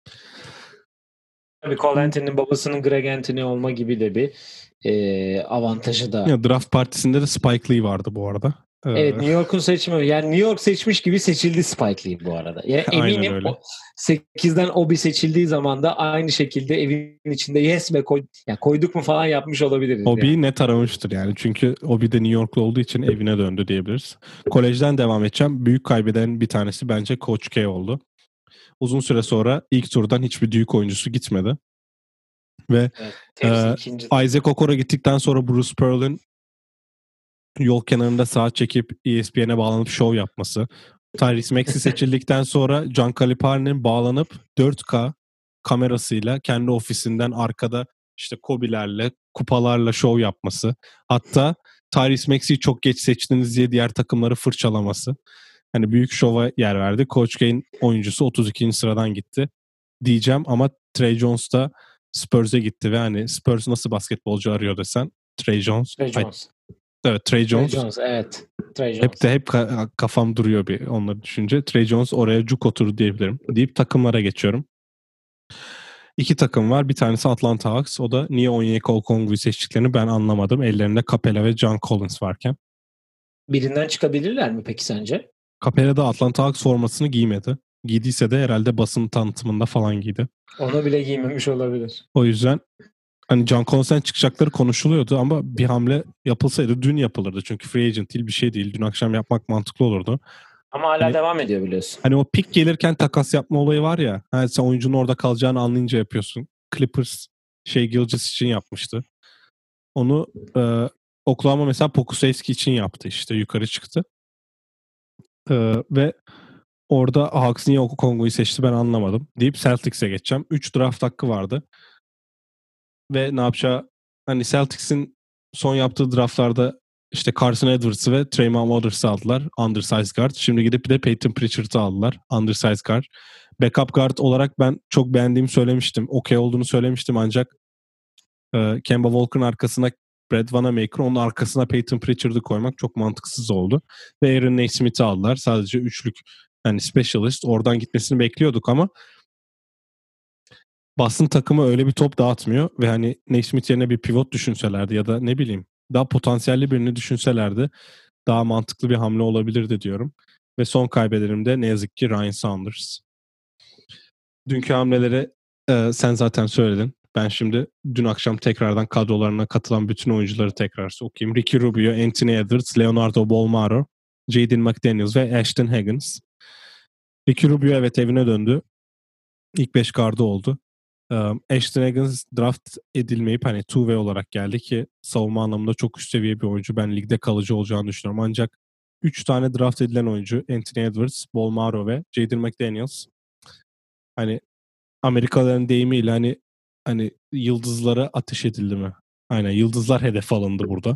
Tabii Cole Anthony'nin babasının Greg Anthony olma gibi de bir e, avantajı da. Ya, draft partisinde de Spike Lee vardı bu arada. Evet, New York'un seçimi. Yani New York seçmiş gibi seçildi Spike Lee bu arada. Yani eminim o sekizden Obi seçildiği zaman da aynı şekilde evin içinde yes be koy, yani koyduk mu falan yapmış olabiliriz. Obi'yi yani. net aramıştır yani. Çünkü Obi de New York'lu olduğu için evine döndü diyebiliriz. Kolejden devam edeceğim. Büyük kaybeden bir tanesi bence Coach K oldu. Uzun süre sonra ilk turdan hiçbir Duke oyuncusu gitmedi. Ve evet, e, Isaac Okoro gittikten sonra Bruce Pearl'ün yol kenarında saat çekip E S P N'e bağlanıp şov yapması. Tyrese Maxey seçildikten sonra John Calipari'nin bağlanıp dört K kamerasıyla kendi ofisinden arkada işte Kobe'lerle, kupalarla şov yapması. Hatta Tyrese Maxey'i çok geç seçtiniz diye diğer takımları fırçalaması. Hani büyük şova yer verdi. Coach K'in oyuncusu otuz ikinci sıradan gitti diyeceğim ama Trey Jones da Spurs'e gitti ve hani Spurs nasıl basketbolcu arıyor desen Trey Jones. Trey Jones. Evet, Trey Jones. Trey Jones, evet. Trey Jones. Hep de hep kafam duruyor bir onları düşünce. Trey Jones oraya cuk oturdu diyebilirim. Deyip takımlara geçiyorum. İki takım var. Bir tanesi Atlanta Hawks. O da niye Onyeka Okongwu'yu seçtiklerini ben anlamadım. Ellerinde Capela ve John Collins varken. Birinden çıkabilirler mi peki sence? Capela da Atlanta Hawks formasını giymedi. Giydiyse de herhalde basın tanıtımında falan giydi. Onu bile giymemiş olabilir. O yüzden hani John Collins'ten çıkacakları konuşuluyordu ama bir hamle yapılsaydı dün yapılırdı. Çünkü free agent değil, bir şey değil. Dün akşam yapmak mantıklı olurdu. Ama hala hani, devam ediyor biliyorsun. Hani o pick gelirken takas yapma olayı var ya. Hani sen oyuncunun orada kalacağını anlayınca yapıyorsun. Clippers şey Gilgeous için yapmıştı. Onu e, Oklahoma mesela Pokusevski için yaptı işte. Yukarı çıktı. E, ve orada Hawks niye Okongwu'yu seçti ben anlamadım. Deyip Celtics'e geçeceğim. üç draft hakkı vardı. Ve ne yapacağı hani Celtics'in son yaptığı draftlarda işte Carson Edwards'ı ve Tremont Waters'ı aldılar. Undersized guard. Şimdi gidip bir de Peyton Pritchard'ı aldılar. Undersized guard. Backup guard olarak ben çok beğendiğimi söylemiştim. Okey olduğunu söylemiştim ancak e, Kemba Walker'ın arkasına Brad Wanamaker, onun arkasına Peyton Pritchard'ı koymak çok mantıksız oldu. Ve Aaron Nesmith'i aldılar. Sadece üçlük yani specialist. Oradan gitmesini bekliyorduk ama Boston takımı öyle bir top dağıtmıyor ve hani Naismith yerine bir pivot düşünselerdi ya da ne bileyim daha potansiyelli birini düşünselerdi daha mantıklı bir hamle olabilirdi diyorum. Ve son kaybedenim de ne yazık ki Ryan Saunders. Dünkü hamleleri e, sen zaten söyledin. Ben şimdi dün akşam tekrardan kadrolarına katılan bütün oyuncuları tekrar okuyayım. Ricky Rubio, Anthony Edwards, Leonardo Bolmaro, Jaden McDaniels ve Ashton Higgins. Ricky Rubio evet evine döndü. İlk beş gardı oldu. Um, Ashton Higgins draft edilmeyip hani two-way olarak geldi ki savunma anlamında çok üst seviye bir oyuncu. Ben ligde kalıcı olacağını düşünüyorum. Ancak üç tane draft edilen oyuncu Anthony Edwards, Bolmaro ve Jaden McDaniels hani Amerikalıların deyimiyle hani hani yıldızlara ateş edildi mi? Aynen yıldızlar hedef alındı burada.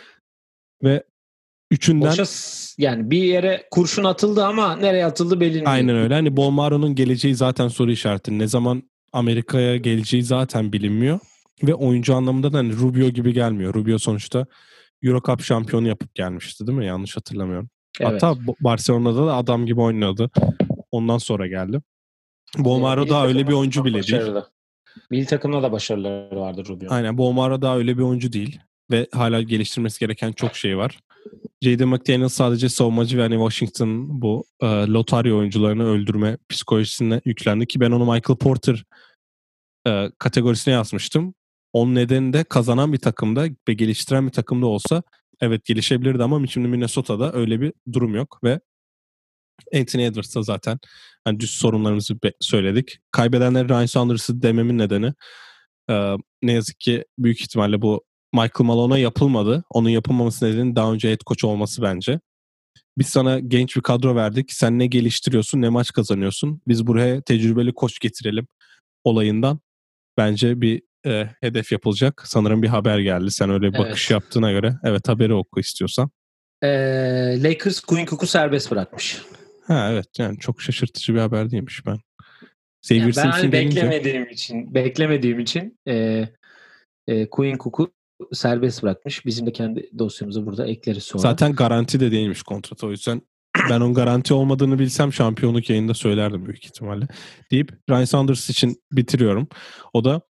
Ve üçünden Boşa yani bir yere kurşun atıldı ama nereye atıldı belli değil. Aynen öyle. Hani Bolmaro'nun geleceği zaten soru işareti. Ne zaman Amerika'ya geleceği zaten bilinmiyor. Ve oyuncu anlamında da hani Rubio gibi gelmiyor. Rubio sonuçta Euro Cup şampiyonu yapıp gelmişti değil mi? Yanlış hatırlamıyorum. Evet. Hatta Barcelona'da da adam gibi oynadı. Ondan sonra geldi. Bolmaro evet, daha öyle bir oyuncu bile başarılı. Değil. Milli takımda da başarıları vardı Rubio'nun. Aynen. Bolmaro daha öyle bir oyuncu değil. Ve hala geliştirmesi gereken çok şey var. Jaden McDaniel sadece savunmacı ve hani Washington bu e, lotarya oyuncularını öldürme psikolojisine yüklendi ki ben onu Michael Porter e, kategorisine yazmıştım. Onun nedeni de kazanan bir takımda ve geliştiren bir takımda olsa evet gelişebilirdi ama şimdi Minnesota'da öyle bir durum yok ve Anthony Edwards'a zaten hani düz sorunlarımızı söyledik. Kaybedenler Ryan Saunders'ı dememin nedeni e, ne yazık ki büyük ihtimalle bu Michael Malone'a yapılmadı. Onun yapılmaması nedeni daha önce head coach olması bence. Biz sana genç bir kadro verdik. Sen ne geliştiriyorsun ne maç kazanıyorsun. Biz buraya tecrübeli koç getirelim olayından. Bence bir e, hedef yapılacak. Sanırım bir haber geldi. Sen öyle bir evet. bakış yaptığına göre. Evet haberi oku istiyorsan. Ee, Lakers Quinn Cook'u serbest bırakmış. Ha evet yani çok şaşırtıcı bir haber değilmiş ben. Yani ben hani beklemediğim gelince... için beklemediğim için e, e, Quinn Cook'u serbest bırakmış. Bizim de kendi dosyamızı burada ekleriz sonra. Zaten garanti de değilmiş kontrat o yüzden ben onun garanti olmadığını bilsem şampiyonluk yayında söylerdim büyük ihtimalle. Deyip Ryan Saunders için bitiriyorum. O da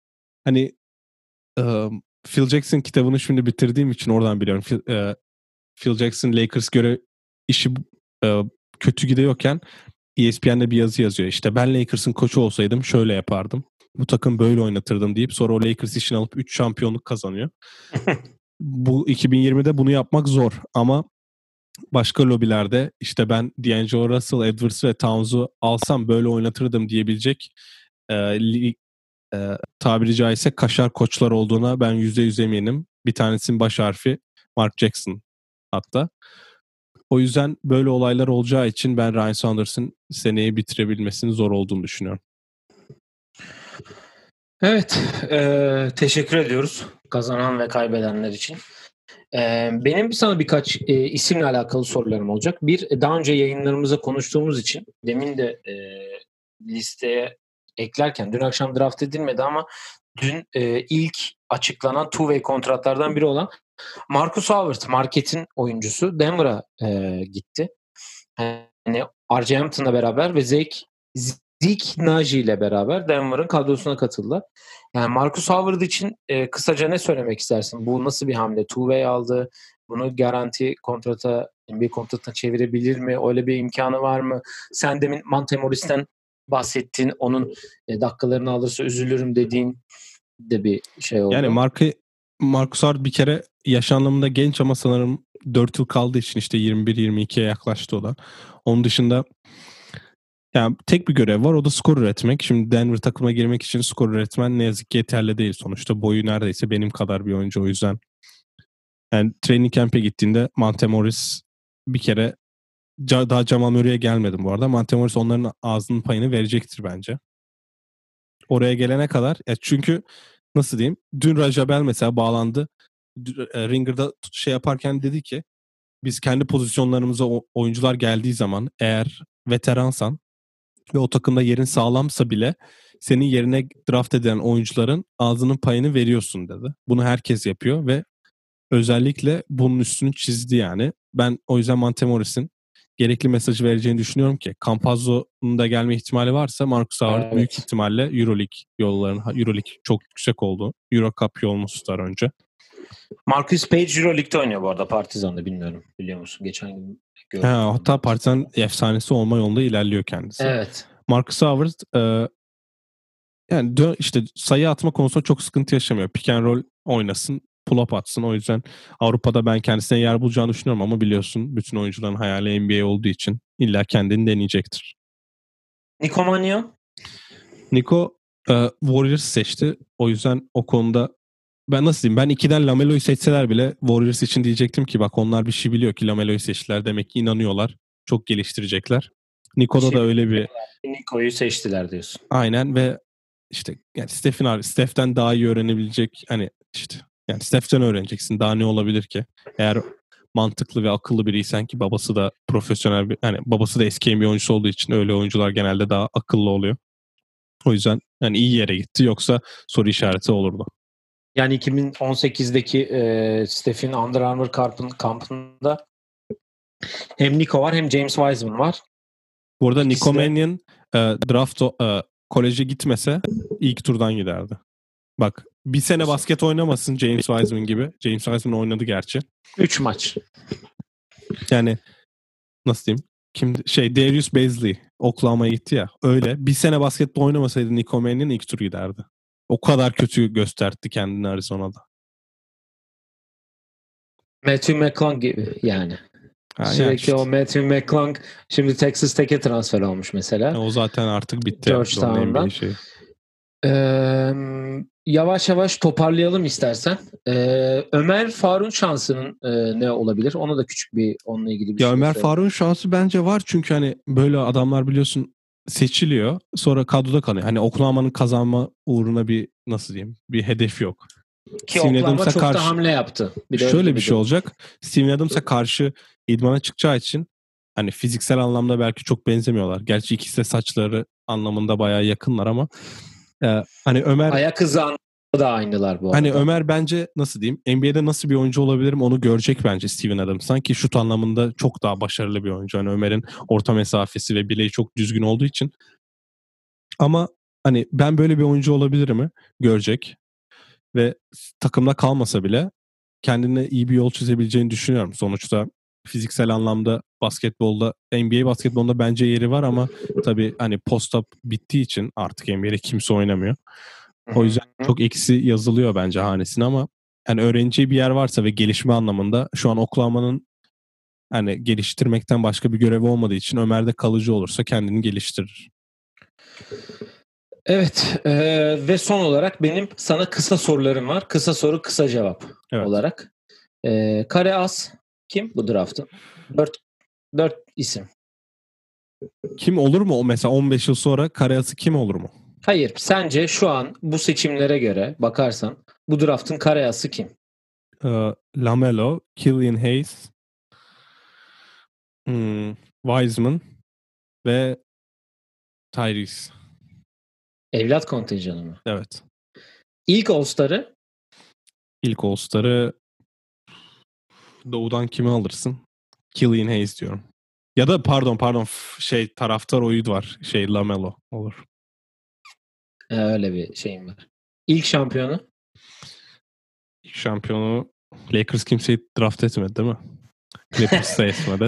hani um, Phil Jackson kitabını şimdi bitirdiğim için oradan biliyorum. Phil, uh, Phil Jackson Lakers göre işi e, kötü gidiyorken E S P N'de bir yazı yazıyor. İşte ben Lakers'ın koçu olsaydım şöyle yapardım. Bu takım böyle oynatırdım deyip sonra o Lakers işini alıp üç şampiyonluk kazanıyor. Bu iki bin yirmide bunu yapmak zor ama başka lobilerde işte ben D'Angelo Russell, Edwards ve Towns'u alsam böyle oynatırdım diyebilecek e, li, e, tabiri caizse kaşar koçlar olduğuna ben yüzde yüz eminim. Bir tanesinin baş harfi Mark Jackson hatta. O yüzden böyle olaylar olacağı için ben Ryan Saunders'ın seneyi bitirebilmesinin zor olduğunu düşünüyorum. Evet. E, teşekkür ediyoruz kazanan ve kaybedenler için. E, benim sana birkaç e, isimle alakalı sorularım olacak. Bir, daha önce yayınlarımızda konuştuğumuz için demin de e, listeye eklerken dün akşam draft edilmedi ama dün e, ilk açıklanan two-way kontratlardan biri olan Marcus Howard, marketin oyuncusu Denver'a e, gitti. Yani R J Hampton'la beraber ve Zeke, Zeke Naji ile beraber Denver'ın kadrosuna katıldılar. Yani Marcus Howard için e, kısaca ne söylemek istersin? Bu nasıl bir hamle? Two-way aldı. Bunu garanti kontrata, N B A kontratına çevirebilir mi? Öyle bir imkanı var mı? Sen demin Monte Morris'ten bahsettin. Onun e, dakikalarını alırsa üzülürüm dediğin de bir şey oldu. Yani Mark, Marcus Howard bir kere yaş anlamında genç ama sanırım dört yıl kaldığı için işte yirmi bir yirmi ikiye yaklaştı o da. Onun dışında yani tek bir görev var, o da skor üretmek. Şimdi Denver takıma girmek için skor üretmen ne yazık ki yeterli değil. Sonuçta boyu neredeyse benim kadar bir oyuncu, o yüzden. Yani training camp'e gittiğinde Monte Morris bir kere daha Jamal Murray'e gelmedim bu arada. Monte Morris onların ağzının payını verecektir bence. Oraya gelene kadar. Ya çünkü nasıl diyeyim? Dün Raja Bell mesela bağlandı. Ringer'da şey yaparken dedi ki biz kendi pozisyonlarımıza oyuncular geldiği zaman eğer veteransan ve o takımda yerin sağlamsa bile senin yerine draft edilen oyuncuların ağzının payını veriyorsun dedi. Bunu herkes yapıyor ve özellikle bunun üstünü çizdi yani. Ben o yüzden Monte Morris'in gerekli mesajı vereceğini düşünüyorum ki Campazzo'nun da gelme ihtimali varsa Marcus Howard evet. büyük ihtimalle Euroleague yollarının, Euroleague çok yüksek oldu. Euro Cup yolunu tutar önce. Marcus Page Euroleague'de oynuyor bu arada, Partizan'da, bilmiyorum biliyor musun? Geçen gün gördüm. Ha, hatta Partizan efsanesi olma yolunda ilerliyor kendisi. Evet. Marcus Howard e, yani dö- işte sayı atma konusunda çok sıkıntı yaşamıyor. Pick and roll oynasın, pull-up atsın. O yüzden Avrupa'da ben kendisine yer bulacağını düşünüyorum ama biliyorsun bütün oyuncuların hayali N B A olduğu için illa kendini deneyecektir. Nico Mannion? Nico e, Warriors seçti. O yüzden o konuda ben nasıl diyeyim, ben ikiden Lamelo'yu seçseler bile Warriors için diyecektim ki bak onlar bir şey biliyor ki Lamelo'yu seçtiler. Demek ki inanıyorlar. Çok geliştirecekler. Nico'da şey, da öyle bir... Nico'yu seçtiler diyorsun. Aynen ve işte yani Steph'in abi Steph'ten daha iyi öğrenebilecek, hani işte yani Steph'ten öğreneceksin, daha ne olabilir ki? Eğer mantıklı ve akıllı biriysen, ki babası da profesyonel bir, hani babası da eski N B A oyuncusu olduğu için öyle oyuncular genelde daha akıllı oluyor. O yüzden yani iyi yere gitti, yoksa soru işareti olurdu. Yani iki bin on sekizdeki e, Steph'in Under Armour kampın, kampında hem Nico var hem James Wiseman var. Bu arada Nico de... Mannion e, draft e, koleje gitmese ilk turdan giderdi. Bak bir sene basket oynamasın James Wiseman gibi. James Wiseman oynadı gerçi. Üç maç. Yani nasıl diyeyim? Kim şey Darius Bazley Oklahoma'ya gitti ya. Öyle bir sene basketbol oynamasaydı Nico Mannion ilk tur giderdi. O kadar kötü gösterdi kendini Arizona'da. Matthew McClung gibi yani. Ha, Sürekli yani işte. O Matthew McClung şimdi Texas Tech'e transfer olmuş mesela. Ya o zaten artık bitti. Georgetown'dan. Şey. Ee, yavaş yavaş toparlayalım istersen. Ee, Ömer Faruk'un şansının e, ne olabilir? Ona da küçük bir onunla ilgili bir ya şey Ömer Faruk'un şansı bence var, çünkü hani böyle adamlar biliyorsun seçiliyor, sonra kadroda kalıyor. Hani Oklahoma'nın kazanma uğruna bir nasıl diyeyim bir hedef yok. Ki Steven Oklahoma Adams'a çok karşı... da hamle yaptı. Bir şöyle bir şey olacak. Steven Adams'a karşı idmana çıkacağı için hani fiziksel anlamda belki çok benzemiyorlar. Gerçi ikisi de saçları anlamında bayağı yakınlar ama e, hani Ömer... Ayak hızı anlamında da aynılar bu arada. Hani Ömer bence nasıl diyeyim N B A'de nasıl bir oyuncu olabilirim onu görecek bence Steven Adams. Sanki şut anlamında çok daha başarılı bir oyuncu. Hani Ömer'in orta mesafesi ve bileği çok düzgün olduğu için. Ama hani ben böyle bir oyuncu olabilir mi? Görecek. Ve takımda kalmasa bile kendine iyi bir yol çizebileceğini düşünüyorum. Sonuçta fiziksel anlamda basketbolda, N B A basketbolunda bence yeri var ama tabii hani post-up bittiği için artık N B A'de kimse oynamıyor. O yüzden çok eksi yazılıyor bence hanesine ama hani öğreneceği bir yer varsa ve gelişme anlamında şu an Oklahoma'nın hani geliştirmekten başka bir görevi olmadığı için Ömer'de kalıcı olursa kendini geliştirir. Evet e, ve son olarak benim sana kısa sorularım var. Kısa soru kısa cevap Evet. olarak. E, Kare As kim bu draftın? Dört, dört isim. Kim olur mu o mesela on beş yıl sonra Karayası kim olur mu? Hayır, sence şu an bu seçimlere göre bakarsan bu draftın Kare As'ı kim? Ee, LaMelo, Killian Hayes, hmm, Wiseman ve Tyrese. Evlat kontenjanı mı? Evet. İlk All-Star'ı? İlk All-Star'ı Doğu'dan kimi alırsın? Killian Hayes diyorum. Ya da pardon pardon şey taraftar oyu var. Şey LaMelo olur. Ee, öyle bir şeyim var. İlk şampiyonu? İlk şampiyonu Lakers kimseyi draft etmedi değil mi? Clippers da etmedi.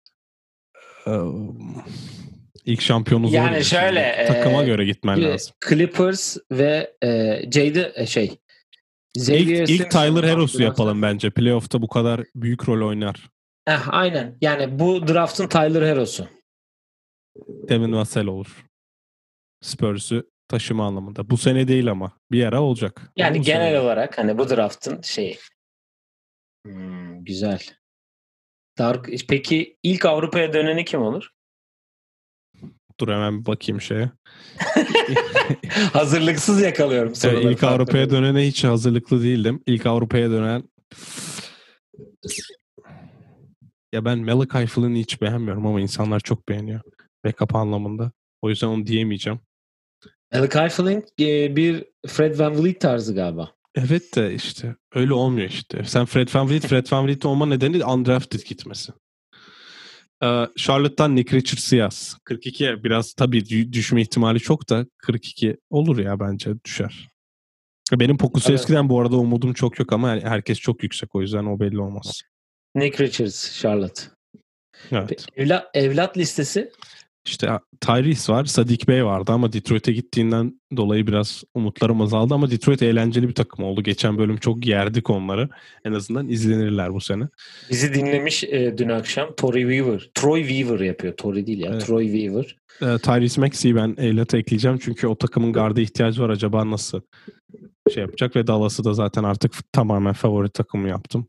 İlk şampiyonu zor. Yani şöyle e, takıma göre gitmen lazım. Clippers ve e, Jade e, şey Xavier İlk, ilk Tyler Herros'u yapalım bence. Playoff'ta bu kadar büyük rol oynar. Eh, aynen. Yani bu draftın Tyler Herros'u. Devin Vassell olur. Spurs'u taşıma anlamında. Bu sene değil ama. Bir ara olacak. Yani ama genel olarak hani bu draftın şeyi. Hmm, güzel. Dark, peki ilk Avrupa'ya döneni kim olur? Dur hemen bir bakayım şeye. Hazırlıksız yakalıyorum soruları. Evet, ilk Avrupa'ya dönene hiç hazırlıklı değildim. İlk Avrupa'ya dönen ya ben Malachi Flynn'i hiç beğenmiyorum ama insanlar çok beğeniyor. Backup anlamında. O yüzden onu diyemeyeceğim. Malachi Flynn bir Fred VanVleet tarzı galiba. Evet de işte öyle olmuyor işte. Sen Fred VanVleet, Fred VanVleet olma nedeni undrafted gitmesi. Ee, Charlotte'tan Nick Richards'ı yaz. kırk iki biraz tabii düşme ihtimali çok da kırk iki olur ya bence düşer. Benim Pokusevski'den bu arada umudum çok yok ama herkes çok yüksek o yüzden o belli olmaz. Nick Richards, Charlotte. Evet. Evlat, evlat listesi? İşte Tyrese var, Sadiq Bey vardı ama Detroit'e gittiğinden dolayı biraz umutlarım azaldı ama Detroit eğlenceli bir takım oldu. Geçen bölüm çok yerdik onları. En azından izlenirler bu sene. Bizi dinlemiş e, dün akşam Troy Weaver. Troy Weaver yapıyor. Troy değil ya. Evet. Troy Weaver. E, Tyrese Maxey'i ben evlata ekleyeceğim çünkü o takımın garda ihtiyacı var. Acaba nasıl şey yapacak ve Dallas'ı da zaten artık tamamen favori takımı yaptım.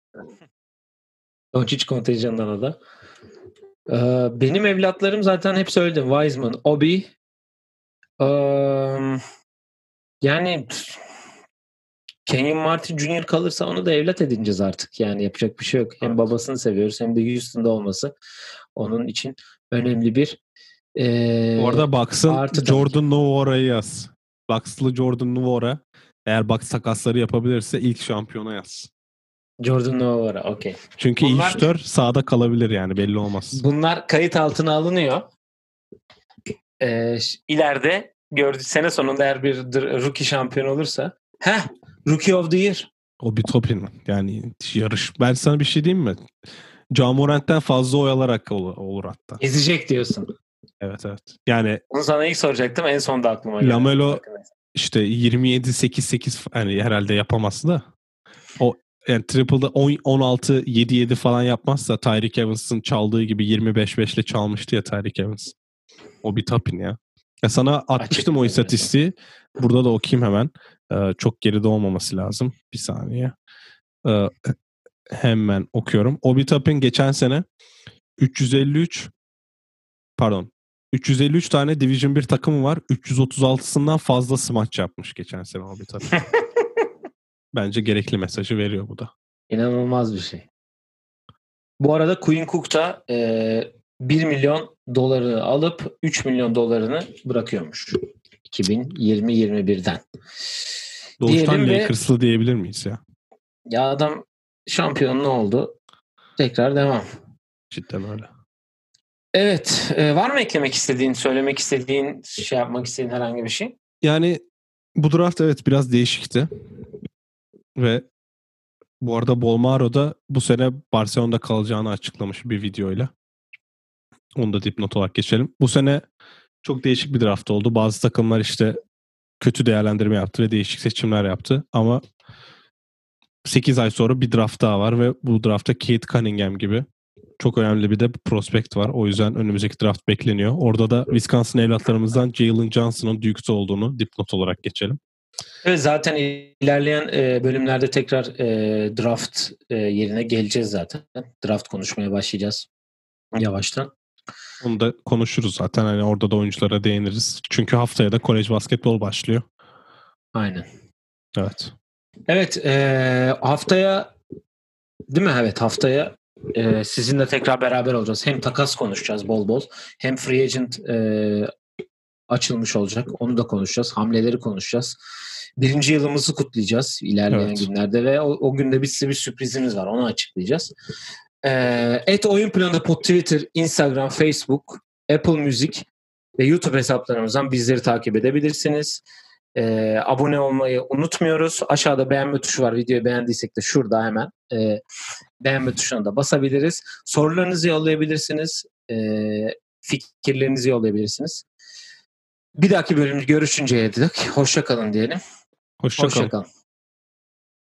Doncic kontenjanından da. Ee, benim evlatlarım zaten hep söyledim. Wiseman, Obi. Ee, yani Kenyon Martin Junior kalırsa onu da evlat edineceğiz artık. Yani yapacak bir şey yok. Hem evet. babasını seviyoruz hem de Houston'da olması onun için önemli bir ee, bu arada Bucks'ın Jordan Nwora'yı yaz. Bucks'lı Jordan Nwora eğer Bucks takasları yapabilirse ilk şampiyona yaz. Jordan Nwora, okey. Çünkü bunlar, ilk dört sahada kalabilir yani belli olmaz. Bunlar kayıt altına alınıyor. Ee, ileride gördü sene sonunda eğer bir rookie şampiyon olursa heh, Rookie of the Year. O bir topin yani yarış. Ben sana bir şey diyeyim mi? Ja Morant'ten fazla oy alarak olur, olur hatta. Ezecek diyorsun. Evet evet. Yani bunu sana ilk soracaktım. En sonda aklıma geldi. LaMelo işte yirmi yedi sekiz sekiz yani herhalde yapamaz da. O yani triple'da on altı yedi yedi falan yapmazsa Tyreek Evans'ın çaldığı gibi yirmi beş beş ile çalmıştı ya Tyreek Evans. O bir tapin ya. Ya sana atmıştım Açık o istatistiği. Burada da okuyayım hemen. Ee, çok geride olmaması lazım. Bir saniye. Ee, hemen okuyorum. Obi Toppin geçen sene üç yüz elli üç pardon üç yüz elli üç tane Division bir takımı var. üç yüz otuz altısından fazlası maç yapmış geçen sene Obi Toppin. Bence gerekli mesajı veriyor bu da. İnanılmaz bir şey. Bu arada Quinn Cook da e, bir milyon doları alıp üç milyon dolarını bırakıyormuş. iki bin yirmi yirmi birden. Doğuştan Lakers'lı diyebilir miyiz ya? Ya adam şampiyonlu oldu. Tekrar devam. Cidden öyle. Evet. E, var mı eklemek istediğin, söylemek istediğin, şey yapmak istediğin herhangi bir şey? Yani bu draft evet biraz değişikti. Ve Bu arada Bolmaro da bu sene Barcelona'da kalacağını açıklamış bir videoyla. Onu da dipnot olarak geçelim. Bu sene çok değişik bir draft oldu. Bazı takımlar işte kötü değerlendirme yaptı ve değişik seçimler yaptı. Ama sekiz ay sonra bir draft daha var ve bu draftta Cade Cunningham gibi çok önemli bir de prospect var. O yüzden önümüzdeki draft bekleniyor. Orada da Wisconsin evlatlarımızdan Jalen Johnson'ın Duke'da olduğunu dipnot olarak geçelim. Evet, zaten ilerleyen e, bölümlerde tekrar e, draft e, yerine geleceğiz zaten. Draft konuşmaya başlayacağız yavaştan. Onu da konuşuruz zaten. Hani orada da oyunculara değiniriz. Çünkü haftaya da kolej basketbol başlıyor. Aynen. Evet. Evet, e, haftaya değil mi? Evet, haftaya e, sizinle tekrar beraber olacağız. Hem takas konuşacağız bol bol, hem free agent e, açılmış olacak. Onu da konuşacağız. Hamleleri konuşacağız. Birinci yılımızı kutlayacağız ilerleyen Evet. günlerde ve o, o günde bir size bir sürprizimiz var. Onu açıklayacağız. Ee, et Oyun Planı Pod Twitter, Instagram, Facebook, Apple Music ve YouTube hesaplarımızdan bizleri takip edebilirsiniz. Ee, abone olmayı unutmuyoruz. Aşağıda beğenme tuşu var. Videoyu beğendiysek de şurada hemen e, beğenme tuşuna da basabiliriz. Sorularınızı yollayabilirsiniz. E, fikirlerinizi yollayabilirsiniz. Bir dahaki bölümde görüşünceye dek hoşça kalın diyelim. Hoşça kalın. Hoşça kalın.